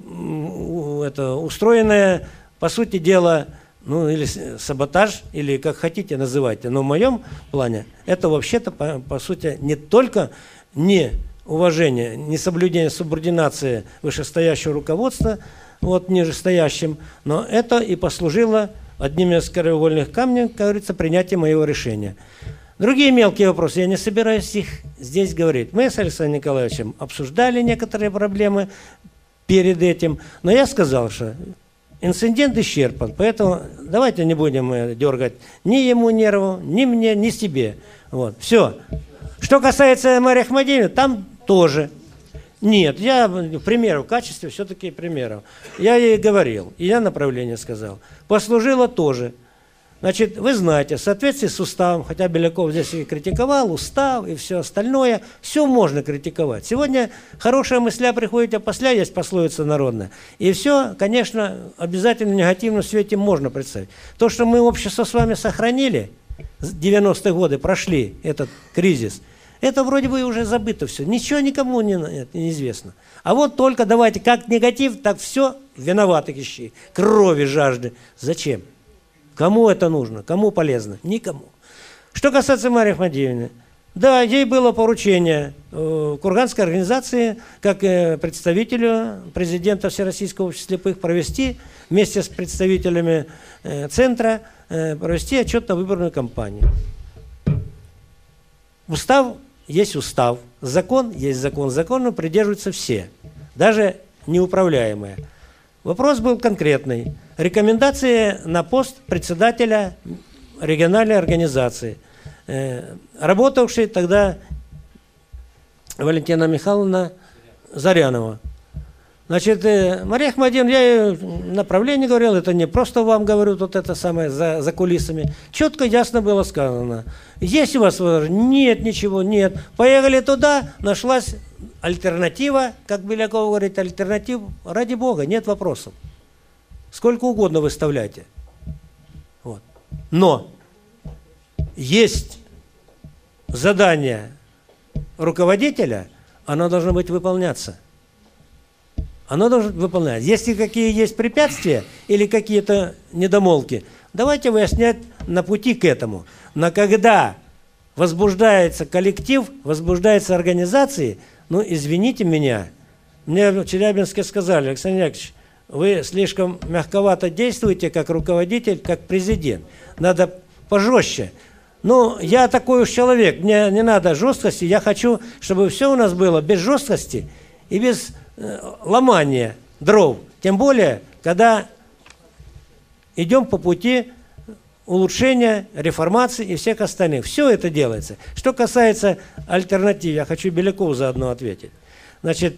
устроенное, по сути дела, ну, или саботаж, или как хотите называйте, но в моем плане это вообще-то, по сути, не только не уважение, не соблюдение субординации вышестоящего руководства, вот нижестоящим, но это и послужило одним из краеугольных камней, как говорится, принятия моего решения. Другие мелкие вопросы, я не собираюсь их здесь говорить. Мы с Александром Николаевичем обсуждали некоторые проблемы перед этим, но я сказал, что инцидент исчерпан, поэтому давайте не будем дергать ни ему нерву, ни мне, ни себе. Вот, все. Что касается Марии Ахмадиевны, там тоже. Нет, я, примеру, в качестве все-таки примеров. Я ей говорил, и я направление сказал. Послужило тоже. Значит, вы знаете, в соответствии с уставом, хотя Беляков здесь и критиковал, устав и все остальное, все можно критиковать. Сегодня хорошая мысля приходит, а после есть пословица народная. И все, конечно, обязательно в негативном свете можно представить. То, что мы общество с вами сохранили, 90-е годы прошли этот кризис, это вроде бы уже забыто все. Ничего никому не известно. А вот только давайте, как негатив, так все виноватых ищи. Крови, жажды. Зачем? Кому это нужно? Кому полезно? Никому. Что касается Марии Ахмадиевны, да, ей было поручение Курганской организации, как представителю президента Всероссийского общества слепых, провести вместе с представителями центра, провести отчетно-выборную кампанию. Устав есть устав, закон есть закон, закону придерживаются все, даже неуправляемые. Вопрос был конкретный. Рекомендации на пост председателя региональной организации. Работавшей тогда Валентина Михайловна Зарянова. Значит, Мария Ахмадиевна, я ей направление говорил, это не просто вам говорю, вот это самое за кулисами. Четко, ясно было сказано. Есть у вас возражения? Нет, ничего, нет. Поехали туда, нашлась альтернатива, как Беляков говорит, альтернатив, ради бога, нет вопросов. Сколько угодно выставляйте. Вот. Но есть задание руководителя, оно должно быть выполняться. Оно должно выполняться. Если какие есть препятствия или какие-то недомолвки, давайте выяснять на пути к этому. Но когда возбуждается коллектив, возбуждаются организации, ну, извините меня, мне в Челябинске сказали: Александр Яковлевич, вы слишком мягковато действуете как руководитель, как президент. Надо пожестче. Ну, я такой уж человек, мне не надо жесткости, я хочу, чтобы все у нас было без жесткости и без ломания дров. Тем более, когда идем по пути улучшения, реформации и всех остальных. Все это делается. Что касается альтернатив, я хочу Белякову заодно ответить. Значит,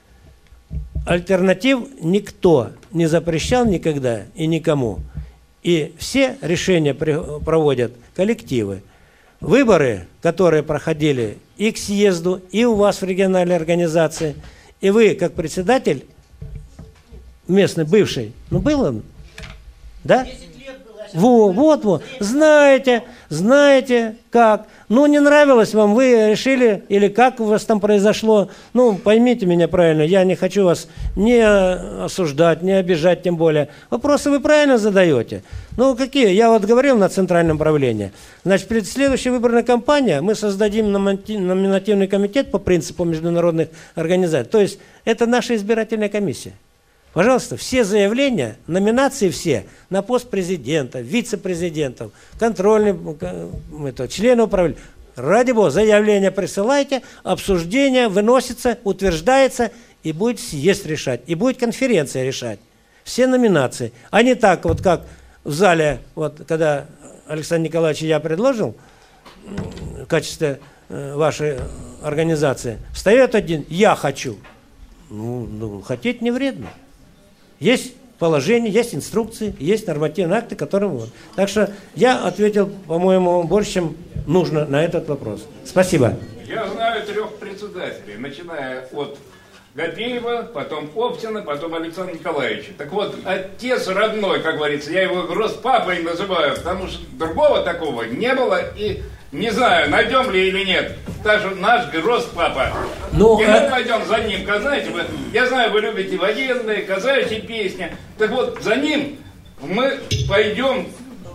альтернатив никто не запрещал никогда и никому. И все решения проводят коллективы. Выборы, которые проходили и к съезду, и у вас в региональной организации, и вы, как председатель местный, бывший, ну было, да? Вот, знаете как. Ну, не нравилось вам, вы решили, или как у вас там произошло. Ну, поймите меня правильно, я не хочу вас не осуждать, не обижать, тем более. Вопросы вы правильно задаете. Ну, какие? Я вот говорил на центральном правлении. Значит, перед следующей выборной кампанией мы создадим номинативный комитет по принципу международных организаций. То есть, это наша избирательная комиссия. Пожалуйста, все заявления, номинации все на пост президента, вице-президентов, контрольных, членов управления. Ради бога, заявления присылайте, обсуждение выносится, утверждается, и будет съезд решать, и будет конференция решать. Все номинации. А не так, вот как в зале, вот когда Александр Николаевич я предложил в качестве вашей организации, встает один: я хочу. Ну, хотеть не вредно. Есть положения, есть инструкции, есть нормативные акты, которые вот. Так что я ответил, по-моему, больше, чем нужно на этот вопрос. Спасибо. Я знаю 3 председателей, начиная от Гапеева, потом Оптина, потом Александра Николаевича. Так вот, отец родной, как говорится, я его грозпапой называю, потому что другого такого не было, и не знаю, найдем ли или нет. Даже наш грозпапа. Ну, и мы пойдем за ним, знаете, я знаю, вы любите военные, казачьи песни. Так вот, за ним мы пойдем.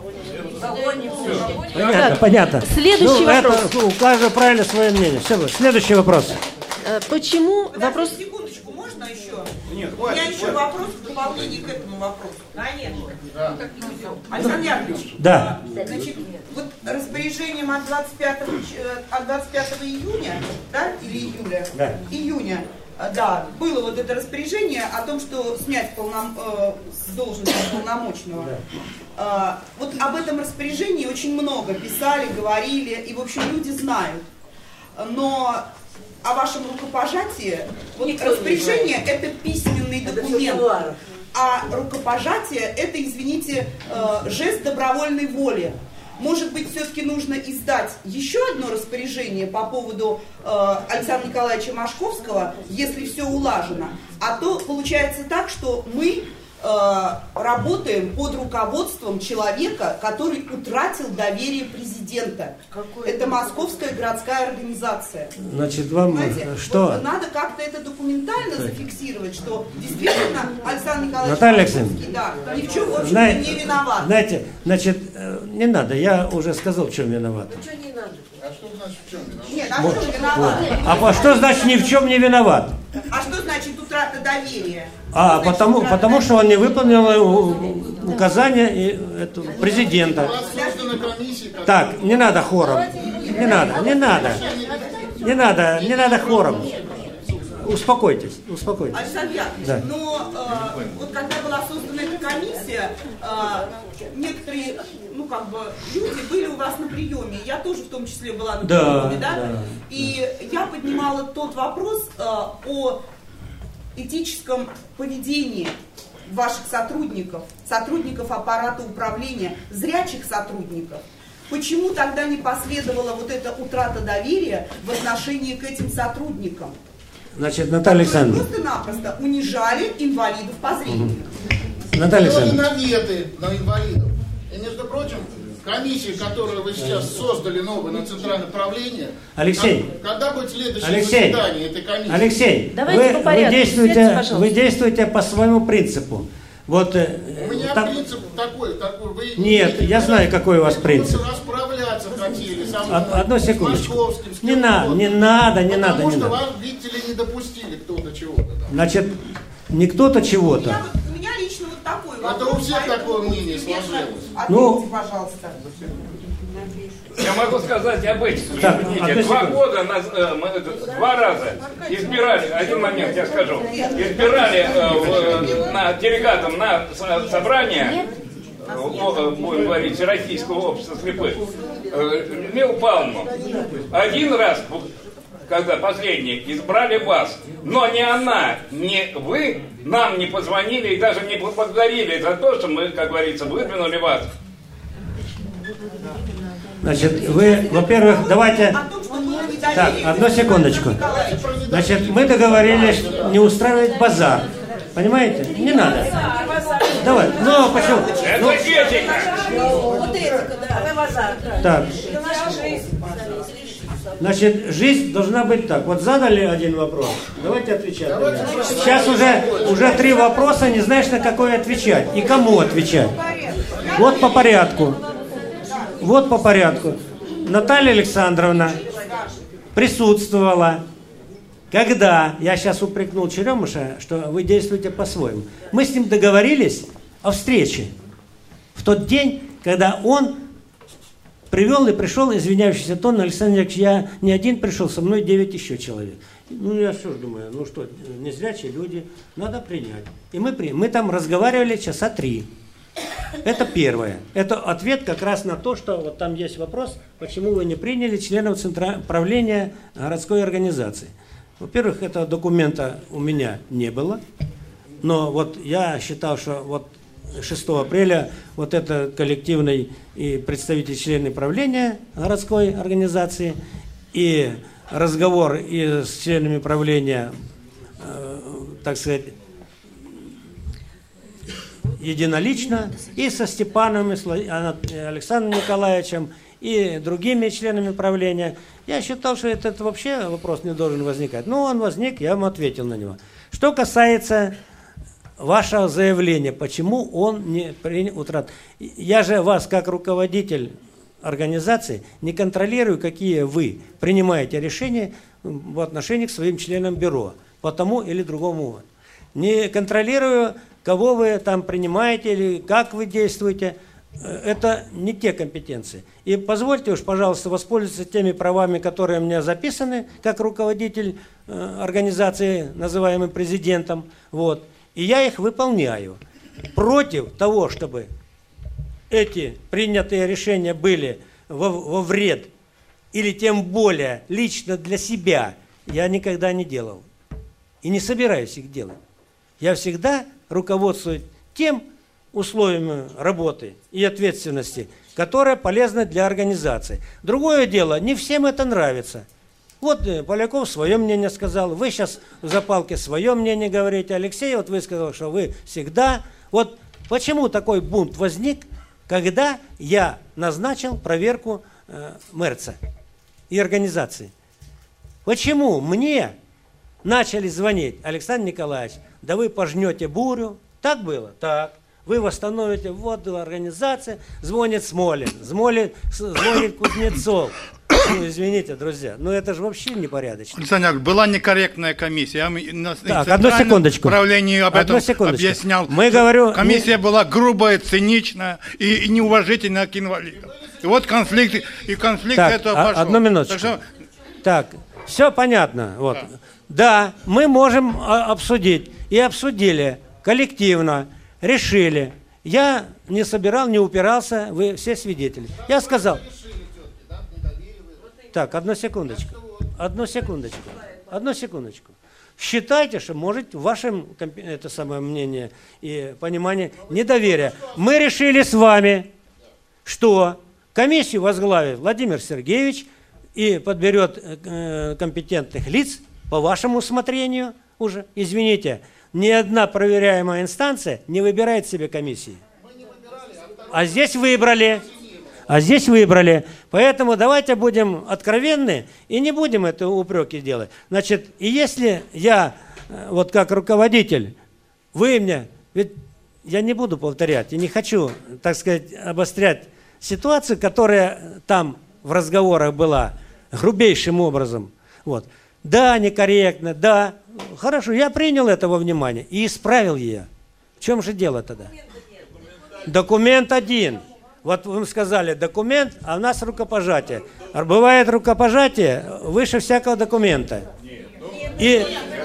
Понятно. Следующий вопрос. У каждого правильно свое мнение. Все, следующий вопрос. Почему вопрос... Секундочку, можно еще? Нет, у меня еще вопрос в дополнение к этому вопросу. Конечно. Да. Александр Яковлевич, да. Значит, вот распоряжением от 25 июня, да, или июля? Да. Июня, да, было вот это распоряжение о том, что снять с должности полномочного. Да. Вот об этом распоряжении очень много писали, говорили, и, в общем, люди знают. Но о вашем рукопожатии, вот распоряжение – это письменный документ, а рукопожатие – это, извините, жест добровольной воли. Может быть, все-таки нужно издать еще одно распоряжение по поводу Александра Николаевича Машковского, если все улажено. А то получается так, что мы работаем под руководством человека, который утратил доверие президента. Это Московская городская организация. Значит, вам что? Вот надо как-то это документально зафиксировать, что действительно Александр Николаевич Наталья Машковский, да, ни в чем, в общем-то, не виноват. Знаете, значит, не надо, я уже сказал, в чем виноват. Ничего не надо. А что значит в чем виноват? Нет, а что виноват? А что значит ни в чем не виноват? А что значит утрата доверия? Потому что он не выполнил указания президента. Так, не надо хором. Не надо хором. Успокойтесь. Александр Яковлевич, да. Но вот когда была создана эта комиссия, некоторые, люди были у вас на приеме. Я тоже в том числе была на приеме, да? И я поднимала тот вопрос о этическом поведении ваших сотрудников аппарата управления, зрячих сотрудников. Почему тогда не последовала вот эта утрата доверия в отношении к этим сотрудникам? Значит, Наталья Александровна. Просто-напросто унижали инвалидов по зрению. Наталья Александровна. Наветы на инвалидов. И, между прочим, комиссии, которую вы сейчас создали новую на центральное правление, Алексей, когда будет следующее заседание этой комиссии? Алексей, давайте по порядку. вы действуете по своему принципу. Вот, у меня принцип такой вы... Нет, я знаю, какой у вас принцип. Расправляться хотели. Одну секундочку. Не надо. Потому что вас, видите ли, не допустили кто-то чего-то. Значит, не кто-то чего-то. У меня лично вот такой вопрос. Это у всех такое мнение сложилось. Ответьте, пожалуйста. Я могу сказать об этих. Извините, 2 года, два раза избирали, один момент я скажу, избирали на делегатом на собрание, будем говорить, Всероссийского общества слепых, Людмилу Павловну. Один раз, когда последний, избрали вас, но ни она, ни вы нам не позвонили и даже не поблагодарили за то, что мы, как говорится, выдвинули вас. Значит, вы, во-первых, давайте... Так, одну секундочку. Значит, мы договорились не устраивать базар. Понимаете? Не надо. Давай. Ну, почему? Это этика. Вот этика, да. Так. Значит, жизнь должна быть так. Вот задали один вопрос. Давайте отвечать. Сейчас уже 3 вопроса, не знаешь, на какой отвечать. И кому отвечать. Вот по порядку. Вот по порядку. Наталья Александровна присутствовала, когда я сейчас упрекнул Черемыша, что вы действуете по-своему. Мы с ним договорились о встрече в тот день, когда он привел и пришел извиняющийся тон: Александр Яковлевич, я не один пришел, со мной 9 еще человек. Ну, я что ж думаю, ну что, незрячие люди, надо принять. И мы там разговаривали часа 3. Это первое. Это ответ как раз на то, что вот там есть вопрос, почему вы не приняли членов правления городской организации. Во-первых, этого документа у меня не было, но вот я считал, что вот 6 апреля вот это коллективный и представитель члены правления городской организации и разговор и с членами правления, так сказать, единолично, и со Степановым, и Александром Николаевичем, и другими членами правления. Я считал, что этот вообще вопрос не должен возникать. Но он возник, я вам ответил на него. Что касается вашего заявления, почему он не принял утрат. Я же вас, как руководитель организации, не контролирую, какие вы принимаете решения в отношении к своим членам бюро, по тому или другому поводу. Не контролирую, кого вы там принимаете или как вы действуете. Это не те компетенции. И позвольте уж, пожалуйста, воспользоваться теми правами, которые у меня записаны, как руководитель организации, называемый президентом. Вот. И я их выполняю. Против того, чтобы эти принятые решения были во вред, или тем более лично для себя, я никогда не делал. И не собираюсь их делать. Я всегда руководствуюсь тем условиями работы и ответственности, которые полезны для организации. Другое дело, не всем это нравится. Вот Поляков свое мнение сказал, вы сейчас в запалке свое мнение говорите, Алексей вот высказал, что вы всегда. Вот почему такой бунт возник, когда я назначил проверку Мерца и организации? Почему мне начали звонить: Александр Николаевич, да вы пожнете бурю. Так было? Так. Вы восстановите, вот организация, звонит Смолин, звонит Кузнецов. Ну, извините, друзья, но это же вообще непорядочно. Александр Яковлевич, была некорректная комиссия. Так, одну секундочку. Управлению об этом объяснял. Комиссия была грубая, циничная и неуважительная к инвалидам. И вот конфликт так, этого пошел. Одну минуточку. Так, все понятно. Вот. Да, мы можем обсудить. И обсудили коллективно, решили. Я не собирал, не упирался, вы все свидетели. Я сказал... Так, одну секундочку. Считайте, что, может, в вашем это самое мнение и понимание недоверия. Мы решили с вами, что комиссию возглавит Владимир Сергеевич и подберет компетентных лиц по вашему усмотрению уже. Извините, ни одна проверяемая инстанция не выбирает себе комиссии. А здесь выбрали. А здесь выбрали. Поэтому давайте будем откровенны и не будем это упреки делать. Значит, и если я, вот как руководитель, вы мне, ведь я не буду повторять и не хочу, так сказать, обострять ситуацию, которая там в разговорах была грубейшим образом. Вот. Да, некорректно, да. Хорошо, я принял это во внимание и исправил ее. В чем же дело тогда? Документ один. Вот вы сказали документ, а у нас рукопожатие. Бывает рукопожатие выше всякого документа. И...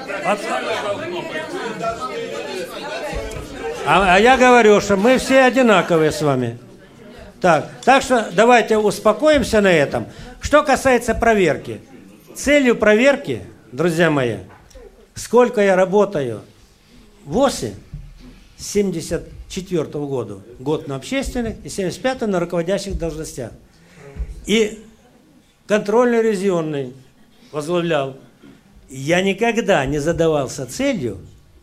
А я говорю, что мы все одинаковые с вами. Так что давайте успокоимся на этом. Что касается проверки. Целью проверки, друзья мои, сколько я работаю в ВОСе, с 1974 года, год на общественных и 75 на руководящих должностях. И контрольно-ревизионный возглавлял. Я никогда не задавался целью,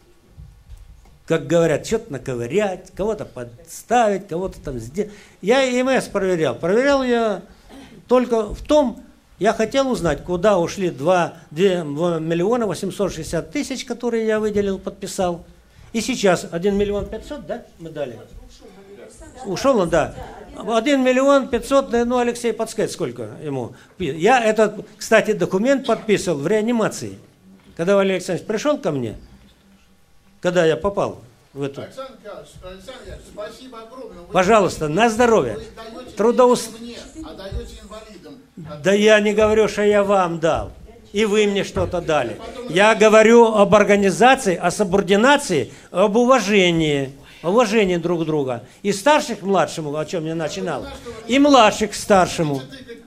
как говорят, что-то наковырять, кого-то подставить, кого-то там сделать. Я ЕМС проверял. Проверял я только в том, я хотел узнать, куда ушли 2 миллиона 860 тысяч, которые я выделил, подписал. И сейчас 1 миллион 500, да, мы дали? Ушел он, да. 1 миллион 500, ну, Алексей, подскажет, сколько ему. Я этот, кстати, документ подписывал в реанимации. Когда Валерий Александрович пришел ко мне, когда я попал в эту... Александр Николаевич, спасибо огромное. Пожалуйста, на здоровье. Мне, а даете инвалидам. Да я не говорю, что я вам дал. И вы мне что-то дали. Я говорю об организации, о субординации, об уважении. Уважение друг друга. И старших к младшему, о чем я начинал, и младших к старшему.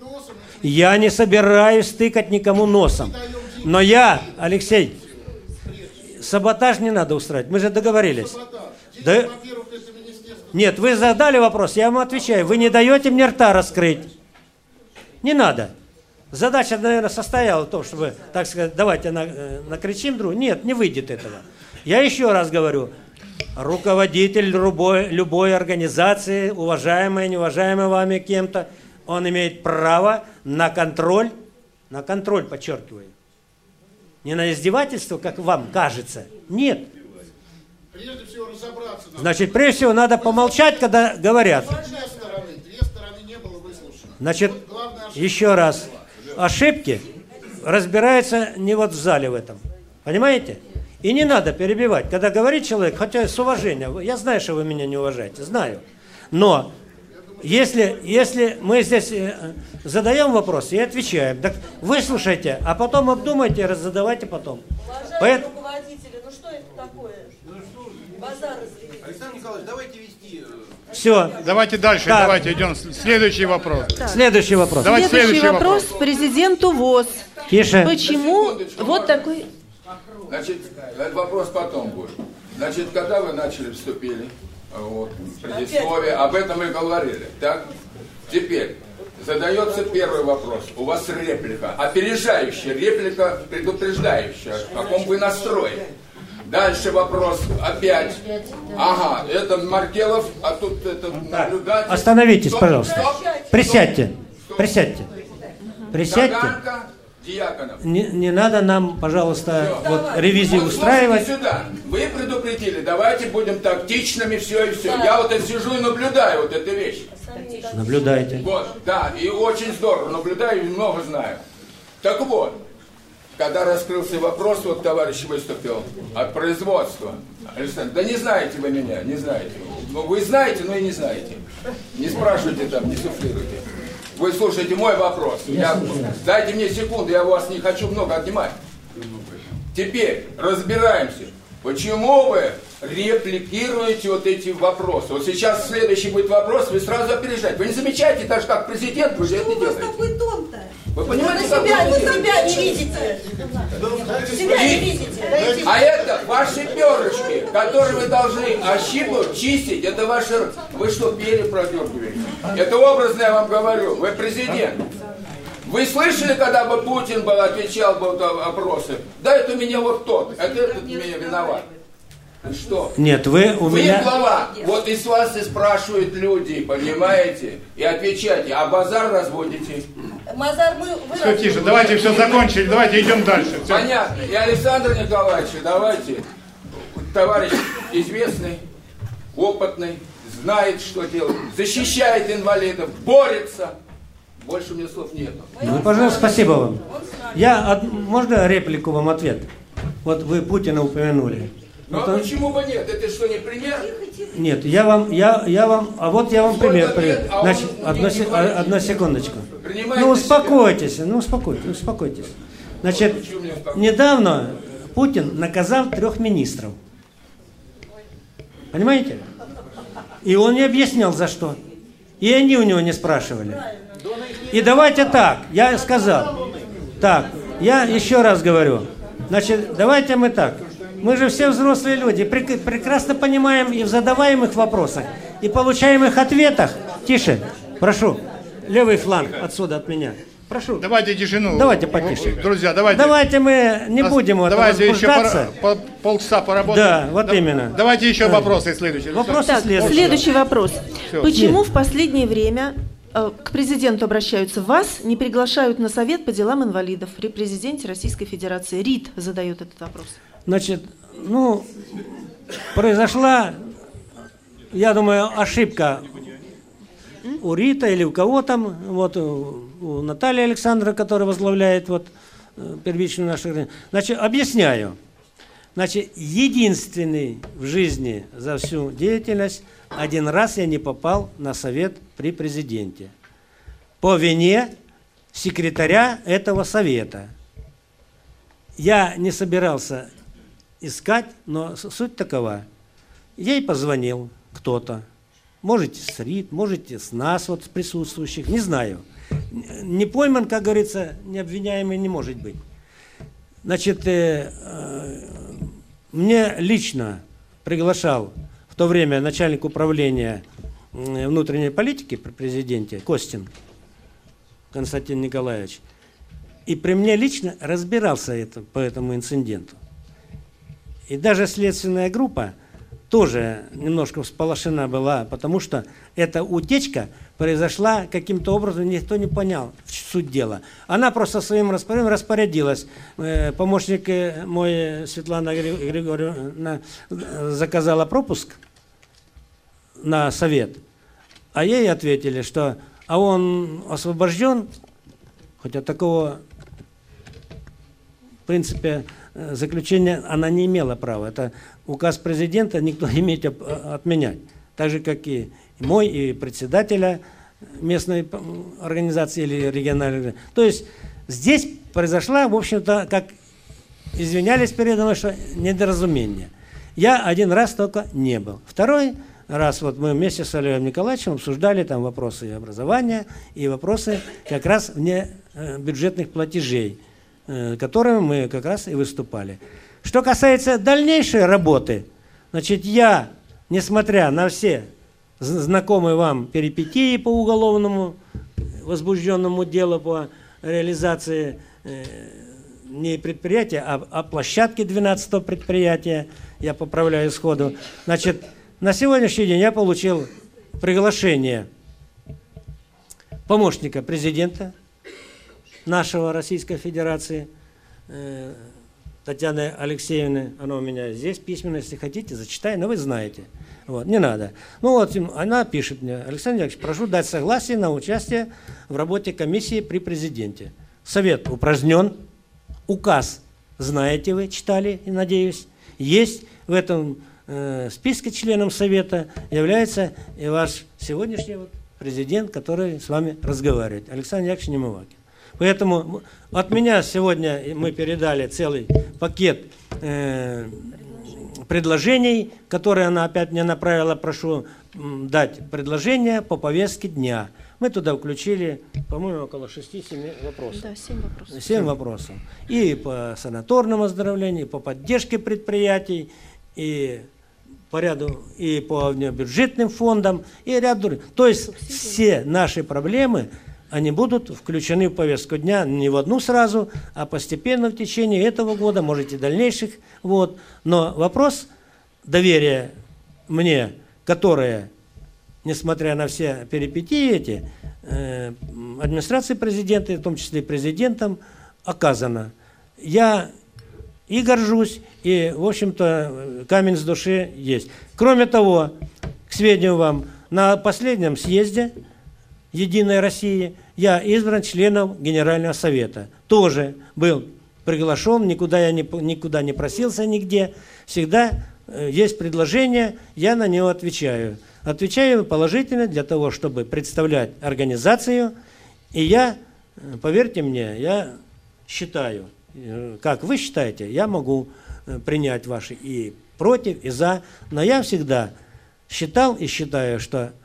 Я не собираюсь тыкать никому носом. Но я, Алексей, саботаж не надо устраивать. Мы же договорились. Да... Нет, вы задали вопрос, я вам отвечаю. Вы не даете мне рта раскрыть. Не надо. Задача, наверное, состояла в том, чтобы, так сказать, давайте накричим друг. Нет, не выйдет этого. Я еще раз говорю. Руководитель любой организации, уважаемая, неуважаемая вами кем-то, он имеет право на контроль, подчеркиваю. Не на издевательство, как вам кажется. Нет. Прежде всего разобраться. Значит, прежде всего надо помолчать, когда говорят. Две стороны не было выслушано. Значит, еще раз. Ошибки разбираются не вот в зале в этом. Понимаете? И не надо перебивать. Когда говорит человек, хотя с уважением, я знаю, что вы меня не уважаете, знаю. Но если мы здесь задаем вопрос и отвечаем, так выслушайте, а потом обдумайте, задавайте потом. Уважаемые руководители, ну что это такое? Базар развели. Александр Николаевич, давайте вести... Все. Давайте дальше, так. Давайте идем. Следующий вопрос. Так. Следующий вопрос. Давайте следующий вопрос президенту ВОС. Тише. Почему вот такой... Значит, этот вопрос потом будет. Значит, когда вы вступили, вот, предисловие, об этом мы говорили. Так? Теперь задается первый вопрос. У вас реплика, опережающая реплика, предупреждающая, в каком вы настрое. Дальше вопрос опять. Ага, это Маркелов, а тут это наблюдатель. Остановитесь, пожалуйста. Присядьте. Присядьте. Присядьте. Не надо нам, пожалуйста, вот ревизию устраивать. Сюда. Вы предупредили, давайте будем тактичными, все и все. Я вот это сижу и наблюдаю вот эту вещь. Наблюдайте. Вот, да, и очень здорово наблюдаю и много знаю. Так вот, когда раскрылся вопрос, вот товарищ выступил от производства. Александр, да не знаете вы меня, не знаете. Ну, вы знаете, но и не знаете. Не спрашивайте там, не суфлируйте. Вы слушайте мой вопрос. Дайте мне секунду, я вас не хочу много отнимать. Теперь разбираемся. Почему вы репликируете вот эти вопросы? Вот сейчас следующий будет вопрос, вы сразу опережаете. Вы не замечаете, так же как президент, вы же это делаете. Какой тон-то? Вы понимаете, вы себя не видите. Себя не видите. А это ваши перышки, которые вы должны ощипывать, чистить. Это ваши... Вы что, перья продергиваете? Это образно я вам говорю. Вы президент. Вы слышали, когда бы Путин отвечал бы на вопросы? Да, это у меня вот тот, это этот меня виноват. Что? Нет, вы у меня... Вы глава. Вот из вас и спрашивают люди, понимаете? И отвечайте, а базар разводите. Мазар, все, тише, давайте все закончили, давайте идем дальше. Все. Понятно. И Александр Николаевич, давайте. Товарищ известный, опытный, знает, что делать, защищает инвалидов, борется. Больше у меня слов нет. Ну, пожалуйста, спасибо вам. Можно реплику вам ответ? Вот вы Путина упомянули. Ну а почему бы нет? Это что, не пример? Нет, я вам пример. Значит, одну секундочку. Ну успокойтесь. Значит, недавно Путин наказал 3 министров. Понимаете? И он не объяснял, за что. И они у него не спрашивали. И давайте так, я сказал. Так, я еще раз говорю. Значит, давайте мы так. Мы же все взрослые люди, прекрасно понимаем и в задаваемых вопросах, и получаемых ответах. Тише, прошу. Левый фланг отсюда от меня. Прошу. Давайте тишину. Давайте потише. Друзья, давайте. Давайте мы не будем возбуждаться. Давайте еще полчаса поработаем. Да, вот именно. Давайте еще вопросы следующие. Следующий вопрос. Почему в последнее время к президенту обращаются, вас не приглашают на совет по делам инвалидов при президенте Российской Федерации? РИТ задает этот вопрос. Значит, произошла, я думаю, ошибка у РИТа или у кого там, вот у Натальи Александровны, которая возглавляет первичную нашу. Значит, объясняю. Значит, единственный в жизни за всю деятельность, один раз я не попал на совет при президенте. По вине секретаря этого совета. Я не собирался искать, но суть такова. Ей позвонил кто-то. Можете с РИТ, можете с нас, с присутствующих, не знаю. Не пойман, как говорится, необвиняемый не может быть. Значит, мне лично приглашал в то время начальник управления внутренней политики при президенте Костин Константин Николаевич. И при мне лично разбирался по этому инциденту. И даже следственная группа тоже немножко всполошена была, потому что эта утечка произошла каким-то образом, никто не понял суть дела. Она просто своим распорядилась. Помощник мой, Светлана Григорьевна, заказала пропуск на совет, а ей ответили, что он освобожден, хотя такого, в принципе, заключения она не имела права. Это указ президента никто не имеет отменять. Так же, как и мой, и председателя местной организации или региональной. То есть здесь произошла, в общем-то, как извинялись передо мной, что недоразумение. Я один раз только не был. Второй раз мы вместе с Олегом Николаевичем обсуждали там вопросы образования и вопросы как раз вне бюджетных платежей, которыми мы как раз и выступали. Что касается дальнейшей работы, значит, я, несмотря на все знакомые вам перипетии по уголовному возбужденному делу по реализации не предприятия, а площадки 12-го предприятия, я поправляю сходу, значит, на сегодняшний день я получил приглашение помощника президента нашего Российской Федерации, Татьяны Алексеевны, она у меня здесь письменно, если хотите, зачитаю, но вы знаете. Не надо. Она пишет мне: Александр Яковлевич, прошу дать согласие на участие в работе комиссии при президенте. Совет упразднен, указ знаете вы, читали, надеюсь, есть в этом списке членом совета является и ваш сегодняшний президент, который с вами разговаривает, Александр Яковлевич Немывакин. Поэтому от меня сегодня мы передали целый пакет предложений, которые она опять мне направила. Прошу дать предложения по повестке дня. Мы туда включили, по-моему, около 6-7 вопросов. Да, 7 вопросов. 7 вопросов. И по санаторному оздоровлению, и по поддержке предприятий, и по ряду, и по бюджетным фондам, и ряд других. То есть все наши проблемы, они будут включены в повестку дня не в одну сразу, а постепенно в течение этого года, может и дальнейших. Но вопрос доверие мне, которое, несмотря на все перипетии эти, администрации президента, в том числе и президентом, оказано. Я и горжусь, и, в общем-то, камень с души есть. Кроме того, к сведению вам, на последнем съезде «Единой России» я избран членом Генерального совета. Тоже был приглашен, никуда не просился нигде. Всегда есть предложение, я на него отвечаю. Отвечаю положительно для того, чтобы представлять организацию. И я, поверьте мне, я считаю, как вы считаете, я могу принять ваши и против, и за. Но я всегда считал и считаю, что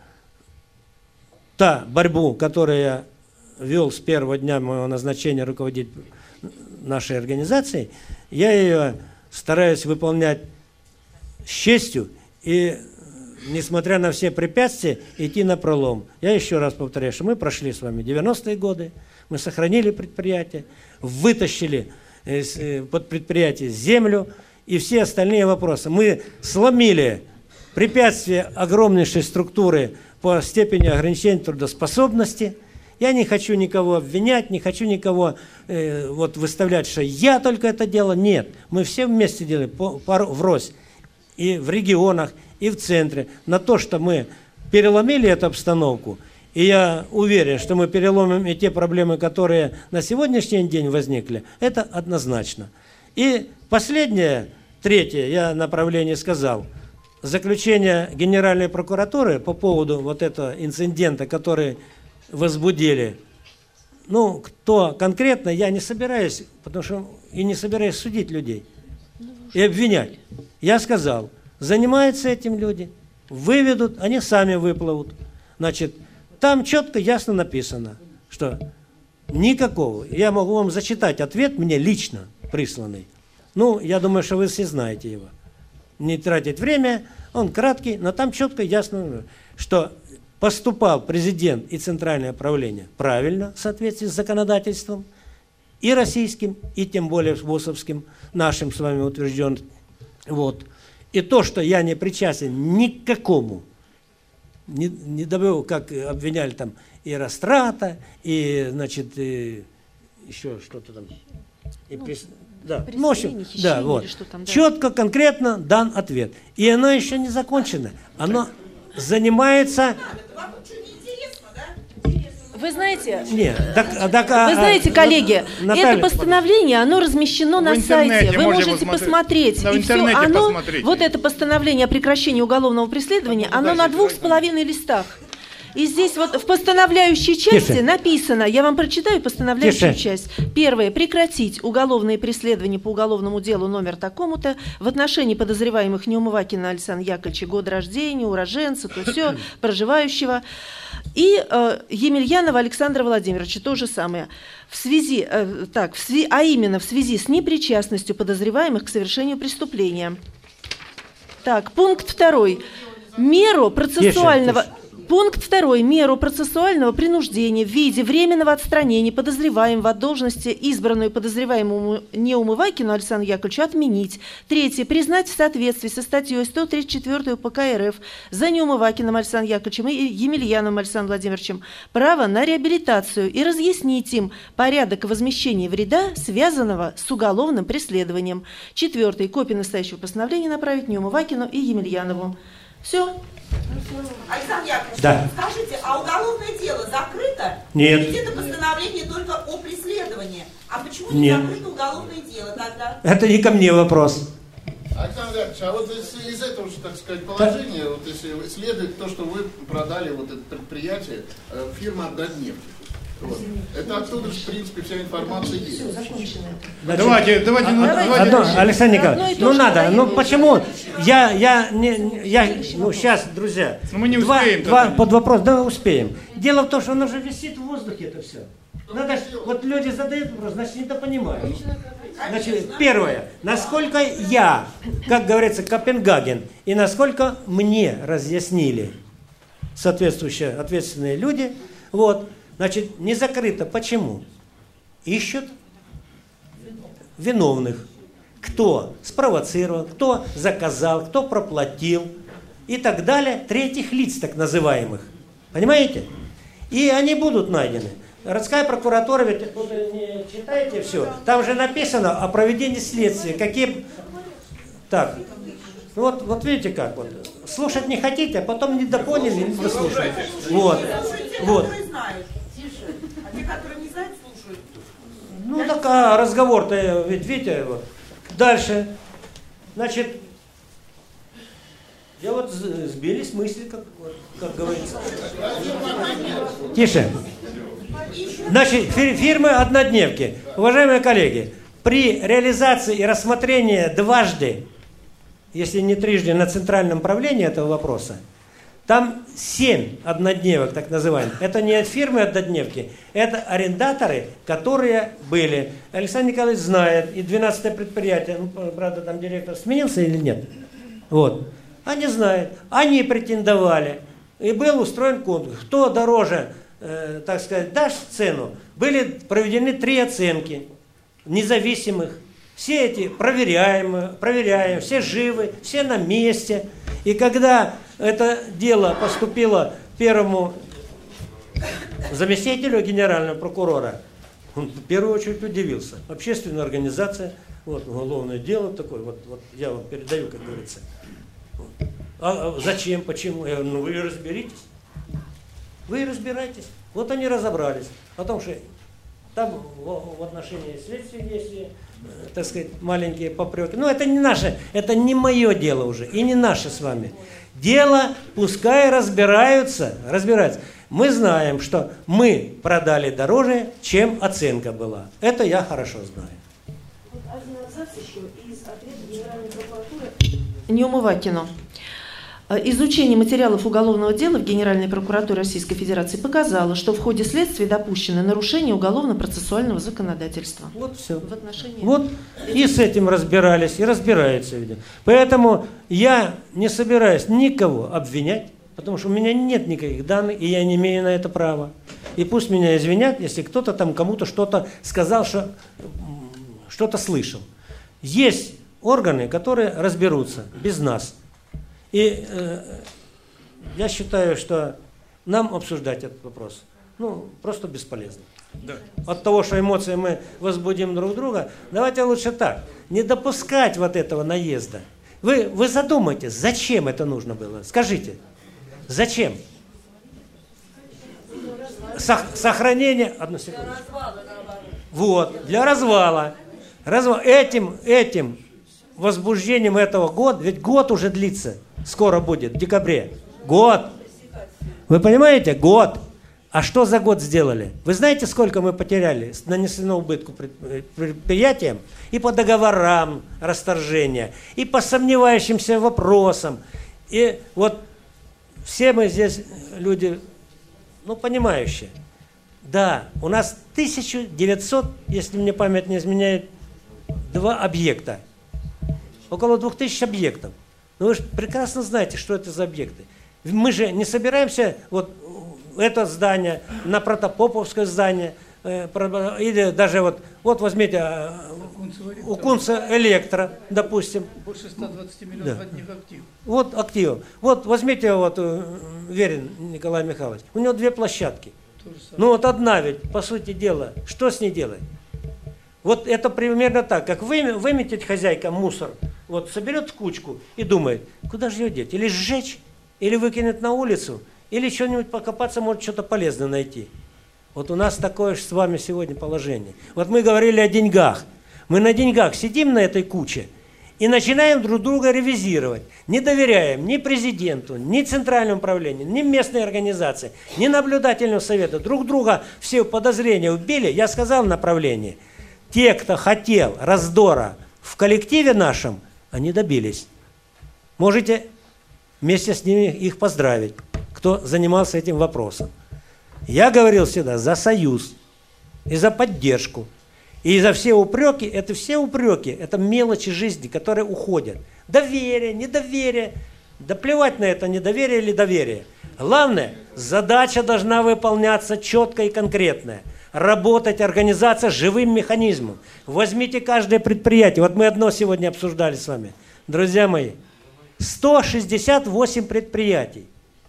та борьбу, которую я вел с первого дня моего назначения руководить нашей организацией, я ее стараюсь выполнять с честью и, несмотря на все препятствия, идти напролом. Я еще раз повторяю, что мы прошли с вами 90-е годы, мы сохранили предприятие, вытащили под предприятие землю и все остальные вопросы. Мы сломили препятствия огромнейшей структуры по степени ограничения трудоспособности. Я не хочу никого обвинять, не хочу никого выставлять, что я только это делал. Нет, мы все вместе делали врозь и в регионах, и в центре, на то, что мы переломили эту обстановку. И я уверен, что мы переломим и те проблемы, которые на сегодняшний день возникли. Это однозначно. И последнее, третье, я направление сказал. Заключение Генеральной прокуратуры по поводу вот этого инцидента, который возбудили. Ну, кто конкретно, я не собираюсь, потому что и не собираюсь судить людей и обвинять. Я сказал, занимаются этим люди, выведут, они сами выплывут. Значит, там четко, ясно написано, что никакого. Я могу вам зачитать ответ мне лично присланный. Ну, я думаю, что вы все знаете его. Не тратить время, он краткий, но там четко, ясно, что поступал президент и Центральное правление правильно, в соответствии с законодательством, и российским, и тем более ВОСовским, нашим с вами утвержденным. Вот. И то, что я не причастен никакому, не добыл, как обвиняли там и Рострата, и, значит, и еще что-то там. И да, в общем, да, вот. Там, да. Четко, конкретно дан ответ. И оно еще не закончено. Оно занимается... Вы знаете, вы знаете, коллеги, Наталья, это постановление, оно размещено на сайте. Вы можете посмотреть. Да, и все, оно, вот это постановление о прекращении уголовного преследования, оно на 2,5 листах. И здесь вот в постановляющей части написано, я вам прочитаю постановляющую часть. Первое. Прекратить уголовные преследования по уголовному делу номер такому-то в отношении подозреваемых Неумывакина Александра Яковлевича, года рождения, уроженца, то все, проживающего. И Емельянова Александра Владимировича, то же самое. В связи с непричастностью подозреваемых к совершению преступления. Так, пункт 2. Меру процессуального... Пункт 2. Меру процессуального принуждения в виде временного отстранения подозреваемого от должности, избранную подозреваемому Неумывакину Александру Яковлевичу, отменить. 3. Признать в соответствии со статьей 134 УПК РФ за Неумывакиным Александром Яковлевичем и Емельяновым Александром Владимировичем право на реабилитацию и разъяснить им порядок возмещения вреда, связанного с уголовным преследованием. 4. Копию настоящего постановления направить Неумывакину и Емельянову. Все. Александр Яковлевич, да. Скажите, а уголовное дело закрыто? Нет. Ведь это постановление только о преследовании. А почему не закрыто уголовное дело тогда? Это не ко мне вопрос. Александр Яковлевич, а вот из этого же, так сказать, положения, вот если следует то, что вы продали вот это предприятие, фирма «Однодневки». Вот. Это оттуда, в принципе, вся информация есть. Давайте. Александр Николаевич, почему? Сейчас, друзья. Но мы не успеем. Под вопрос, да, успеем. Дело в том, что оно же висит в воздухе, это все. Вот люди задают вопрос, значит, недопонимают. Значит, первое, насколько я, как говорится, Копенгаген, и насколько мне разъяснили соответствующие ответственные люди, вот. Значит, не закрыто. Почему? Ищут виновных. К кто спровоцировал, кто заказал, кто проплатил и так далее, третьих лиц так называемых. Понимаете? И они будут найдены. Городская прокуратура, ведь тут не читаете все, там же написано о проведении следствия, какие... Так, вот видите как, вот. Слушать не хотите, а потом не допоняли, не дослушаете. Вот. Ну так а разговор-то, ведь видите, вот. Дальше. Значит, я вот сбились мысли, как говорится. Тише. Значит, фирмы-однодневки. Уважаемые коллеги, при реализации и рассмотрении дважды, если не трижды, на центральном правлении этого вопроса, там 7 однодневок, так называемых. Это не фирмы-однодневки, это арендаторы, которые были. Александр Николаевич знает, и 12-е предприятие, ну, правда, там директор сменился или нет? Вот. Они знают, они претендовали, и был устроен конкурс. Кто дороже, так сказать, даст цену, были проведены 3 оценки независимых. Все эти проверяем, все живы, все на месте. И когда это дело поступило первому заместителю генерального прокурора, он в первую очередь удивился. Общественная организация, вот уголовное дело такое, вот я вам передаю, как говорится. А зачем, почему? Я говорю, ну вы разберитесь. Вы разбирайтесь. Вот они разобрались. Потому что там в отношении следствия есть, так сказать, маленькие попреки. Но это не наше, это не мое дело уже, и не наше с вами. Дело, пускай разбираются. Мы знаем, что мы продали дороже, чем оценка была. Это я хорошо знаю. Вот один абзац еще из ответа Генеральной прокуратуры Неумывакину. Изучение материалов уголовного дела в Генеральной прокуратуре Российской Федерации показало, что в ходе следствия допущено нарушение уголовно-процессуального законодательства. Вот все. В отношении... Вот и с этим разбирались, и разбираются, видимо. Поэтому я не собираюсь никого обвинять, потому что у меня нет никаких данных, и я не имею на это права. И пусть меня извинят, если кто-то там кому-то что-то сказал, что-то слышал. Есть органы, которые разберутся без нас. И я считаю, что нам обсуждать этот вопрос, просто бесполезно. Да. От того, что эмоции мы возбудим друг друга, давайте лучше так, не допускать вот этого наезда. Вы задумайтесь, зачем это нужно было? Скажите, зачем? Сохранение... Одну секунду. Для развала, наоборот. Вот, для развала. Этим возбуждением этого года, ведь год уже длится, скоро будет, в декабре. Год. Вы понимаете? Год. А что за год сделали? Вы знаете, сколько мы потеряли? Нанесено убытку предприятиям и по договорам расторжения, и по сомневающимся вопросам. И вот все мы здесь люди, понимающие. Да, у нас 1900, если мне память не изменяет, 2 объекта. Около 2000 объектов. Но вы же прекрасно знаете, что это за объекты. Мы же не собираемся вот это здание, на Протопоповское здание, или даже вот возьмите у Кунца Электро, допустим. Больше 120 миллионов одних активов. Вот активов. Вот возьмите Верин Николай Михайлович. У него 2 площадки. Одна ведь, по сути дела, что с ней делать? Вот это примерно так, как выметить хозяйка мусор, соберет в кучку и думает, куда же ее деть? Или сжечь, или выкинуть на улицу, или что-нибудь покопаться, может что-то полезное найти. Вот у нас такое же с вами сегодня положение. Вот мы говорили о деньгах. Мы на деньгах сидим на этой куче и начинаем друг друга ревизировать. Не доверяем ни президенту, ни центральному управлению, ни местной организации, ни наблюдательному совету. Друг друга все подозрения убили. Я сказал направление. Те, кто хотел раздора в коллективе нашем, они добились. Можете вместе с ними их поздравить, кто занимался этим вопросом. Я говорил всегда за союз и за поддержку. И за все упреки, это мелочи жизни, которые уходят. Доверие, недоверие, да плевать на это, недоверие или доверие. Главное, задача должна выполняться четко и конкретная. работать организация живым механизмом. Возьмите каждое предприятие. Вот мы одно сегодня обсуждали с вами. Друзья мои, 168 предприятий.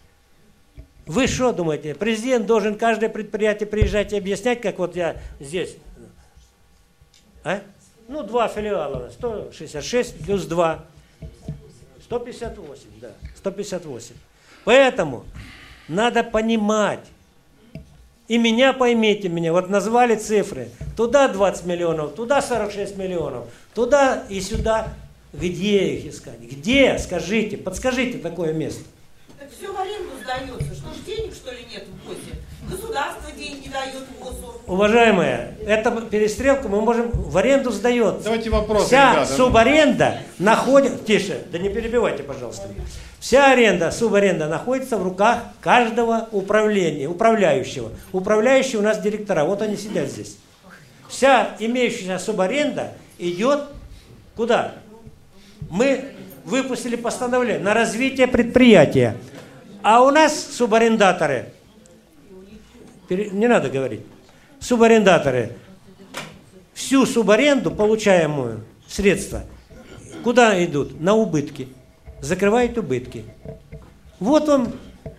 Вы что думаете, президент должен каждое предприятие приезжать и объяснять, как вот я здесь? А? Ну, 2 филиала, 166 плюс 2. 158, да, 158. Поэтому надо понимать, и меня поймите меня, вот назвали цифры, туда 20 миллионов, туда 46 миллионов, туда и сюда. Где их искать? Где? Скажите, подскажите такое место. Так все в аренду сдается. Что ж, денег, что ли, нет в ВОЗе? Государство деньги дает ВОЗу. Уважаемая, эта перестрелка мы можем в аренду сдается. Давайте вопрос. Вся ребята. Субаренда находится... Тише, да не перебивайте, пожалуйста. Вся аренда, субаренда находится в руках каждого управляющего. Управляющие у нас директора, вот они сидят здесь. Вся имеющаяся субаренда идет куда? Мы выпустили постановление на развитие предприятия. А у нас субарендаторы, не надо говорить, субарендаторы, всю субаренду, получаемую средства, куда идут? На убытки. Закрывают убытки. Вот он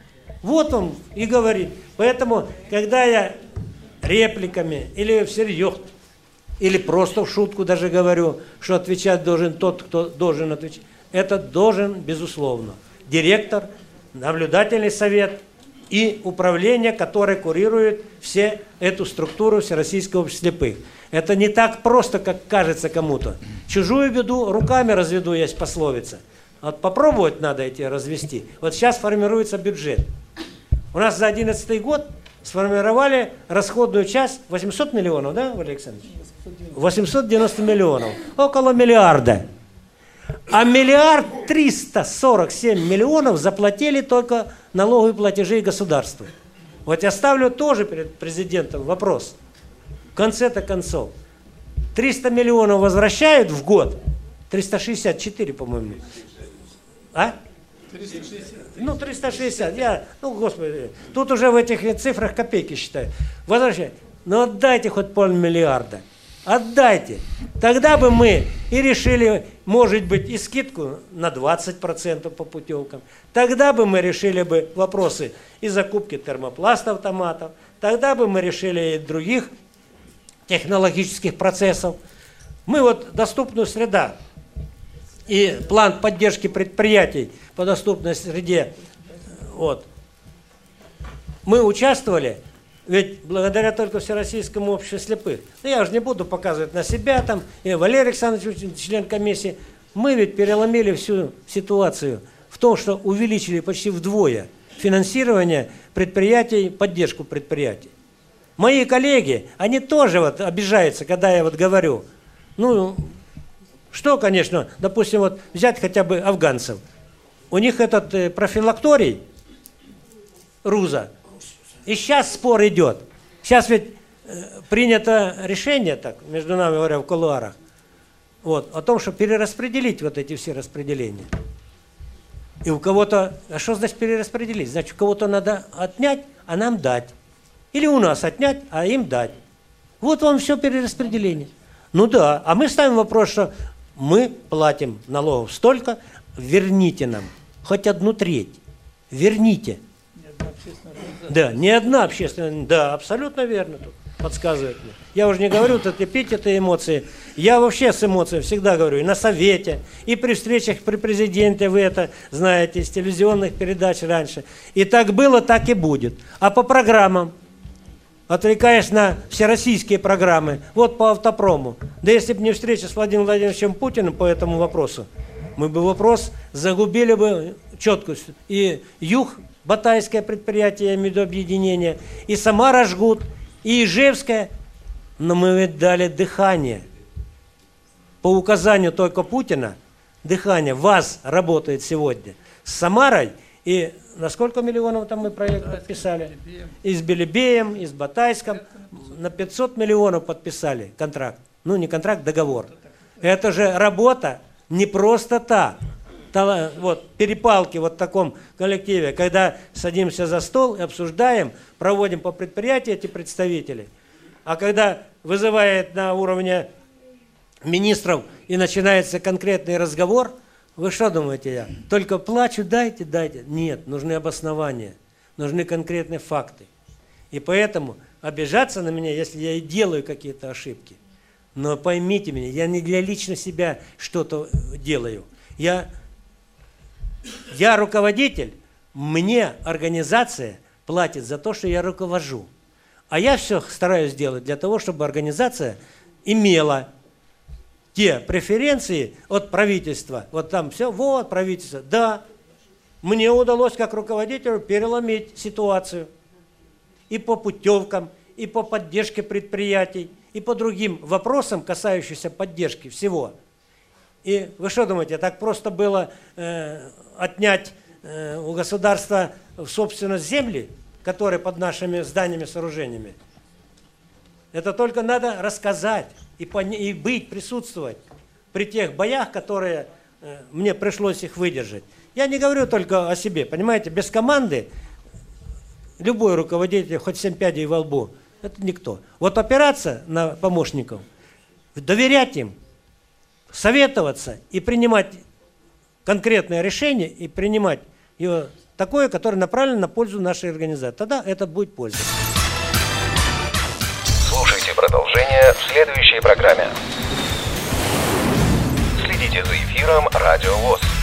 и говорит. Поэтому, когда я репликами или всерьез, или просто в шутку даже говорю, что отвечать должен тот, кто должен отвечать. Это должен, безусловно, директор, наблюдательный совет и управление, которое курирует все эту структуру Всероссийского общества слепых. Это не так просто, как кажется кому-то. Чужую беду руками разведу, есть пословица. Вот попробовать надо эти развести. Вот сейчас формируется бюджет. У нас за 2011 год сформировали расходную часть 800 миллионов, да, Валерий Александрович? 890 миллионов. Около миллиарда. А 1 347 миллионов заплатили только налоговые платежи государству. Вот я ставлю тоже перед президентом вопрос. В конце-то концов. 300 миллионов возвращают в год. 364, по-моему. А? 360. Ну, 360. Господи, тут уже в этих цифрах копейки считаю. Возвращай. Ну, отдайте хоть 500 миллиарда. Отдайте. Тогда бы мы и решили, может быть, и скидку на 20% по путевкам. Тогда бы мы решили бы вопросы и закупки термопласта автоматов. Тогда бы мы решили и других технологических процессов. Мы вот доступную среду и план поддержки предприятий по доступной среде, вот, мы участвовали, ведь благодаря только Всероссийскому обществу слепых, я уже не буду показывать на себя, там, и Валерий Александрович, член комиссии, мы ведь переломили всю ситуацию в том, что увеличили почти вдвое финансирование предприятий, поддержку предприятий. Мои коллеги, они тоже вот обижаются, когда я вот говорю, ну, что, конечно, допустим, вот взять хотя бы афганцев. У них этот профилакторий, РУЗа, и сейчас спор идет. Сейчас ведь принято решение, так, между нами говоря, в кулуарах, вот, о том, чтобы перераспределить вот эти все распределения. И у кого-то, а что значит перераспределить? Значит, у кого-то надо отнять, а нам дать. Или у нас отнять, а им дать. Вот вам все перераспределение. Ну да, а мы ставим вопрос, что мы платим налогов столько, верните нам хоть 1/3. Верните. Да, не одна общественная. Да, абсолютно верно тут подсказывает мне. Я уже не говорю тут эпитеты, эмоции. Я вообще с эмоциями всегда говорю и на совете, и при встречах при президенте, вы это знаете, из телевизионных передач раньше. И так было, так и будет. А по программам, отвлекаясь на всероссийские программы, вот по автопрому. Да если бы не встреча с Владимиром Владимировичем Путиным по этому вопросу, мы бы вопрос загубили бы четкость. И Юг, Батайское предприятие, я имею в виду объединение, и Самара, Жгут, и Ижевское. Но мы ведь дали дыхание. По указанию только Путина, дыхание, ВАЗ работает сегодня с Самарой. И на сколько миллионов там мы проект подписали? И с Белебеем, и с Батайском. На 500 миллионов подписали контракт. Ну, не контракт, договор. Это же работа не просто так. Вот, перепалки вот в таком коллективе, когда садимся за стол и обсуждаем, проводим по предприятию эти представители. А когда вызывает на уровне министров и начинается конкретный разговор, вы что думаете я? Только плачу, дайте. Нет, нужны обоснования, нужны конкретные факты. И поэтому обижаться на меня, если я и делаю какие-то ошибки. Но поймите меня, я не для лично себя что-то делаю. Я руководитель, мне организация платит за то, что я руковожу. А я все стараюсь сделать для того, чтобы организация имела те преференции от правительства. Вот там все, вот правительство. Да, мне удалось как руководителю переломить ситуацию. И по путевкам, и по поддержке предприятий, и по другим вопросам, касающимся поддержки всего. И вы что думаете, так просто было отнять у государства в собственность земли, которые под нашими зданиями, сооружениями? Это только надо рассказать и быть, присутствовать при тех боях, которые мне пришлось их выдержать. Я не говорю только о себе, понимаете, без команды любой руководитель, хоть 7 пядей во лбу, это никто. Вот опираться на помощников, доверять им, советоваться и принимать конкретное решение, и принимать его такое, которое направлено на пользу нашей организации. Тогда это будет польза. Слушайте продолжение в следующей программе. Следите за эфиром Радио ВОС.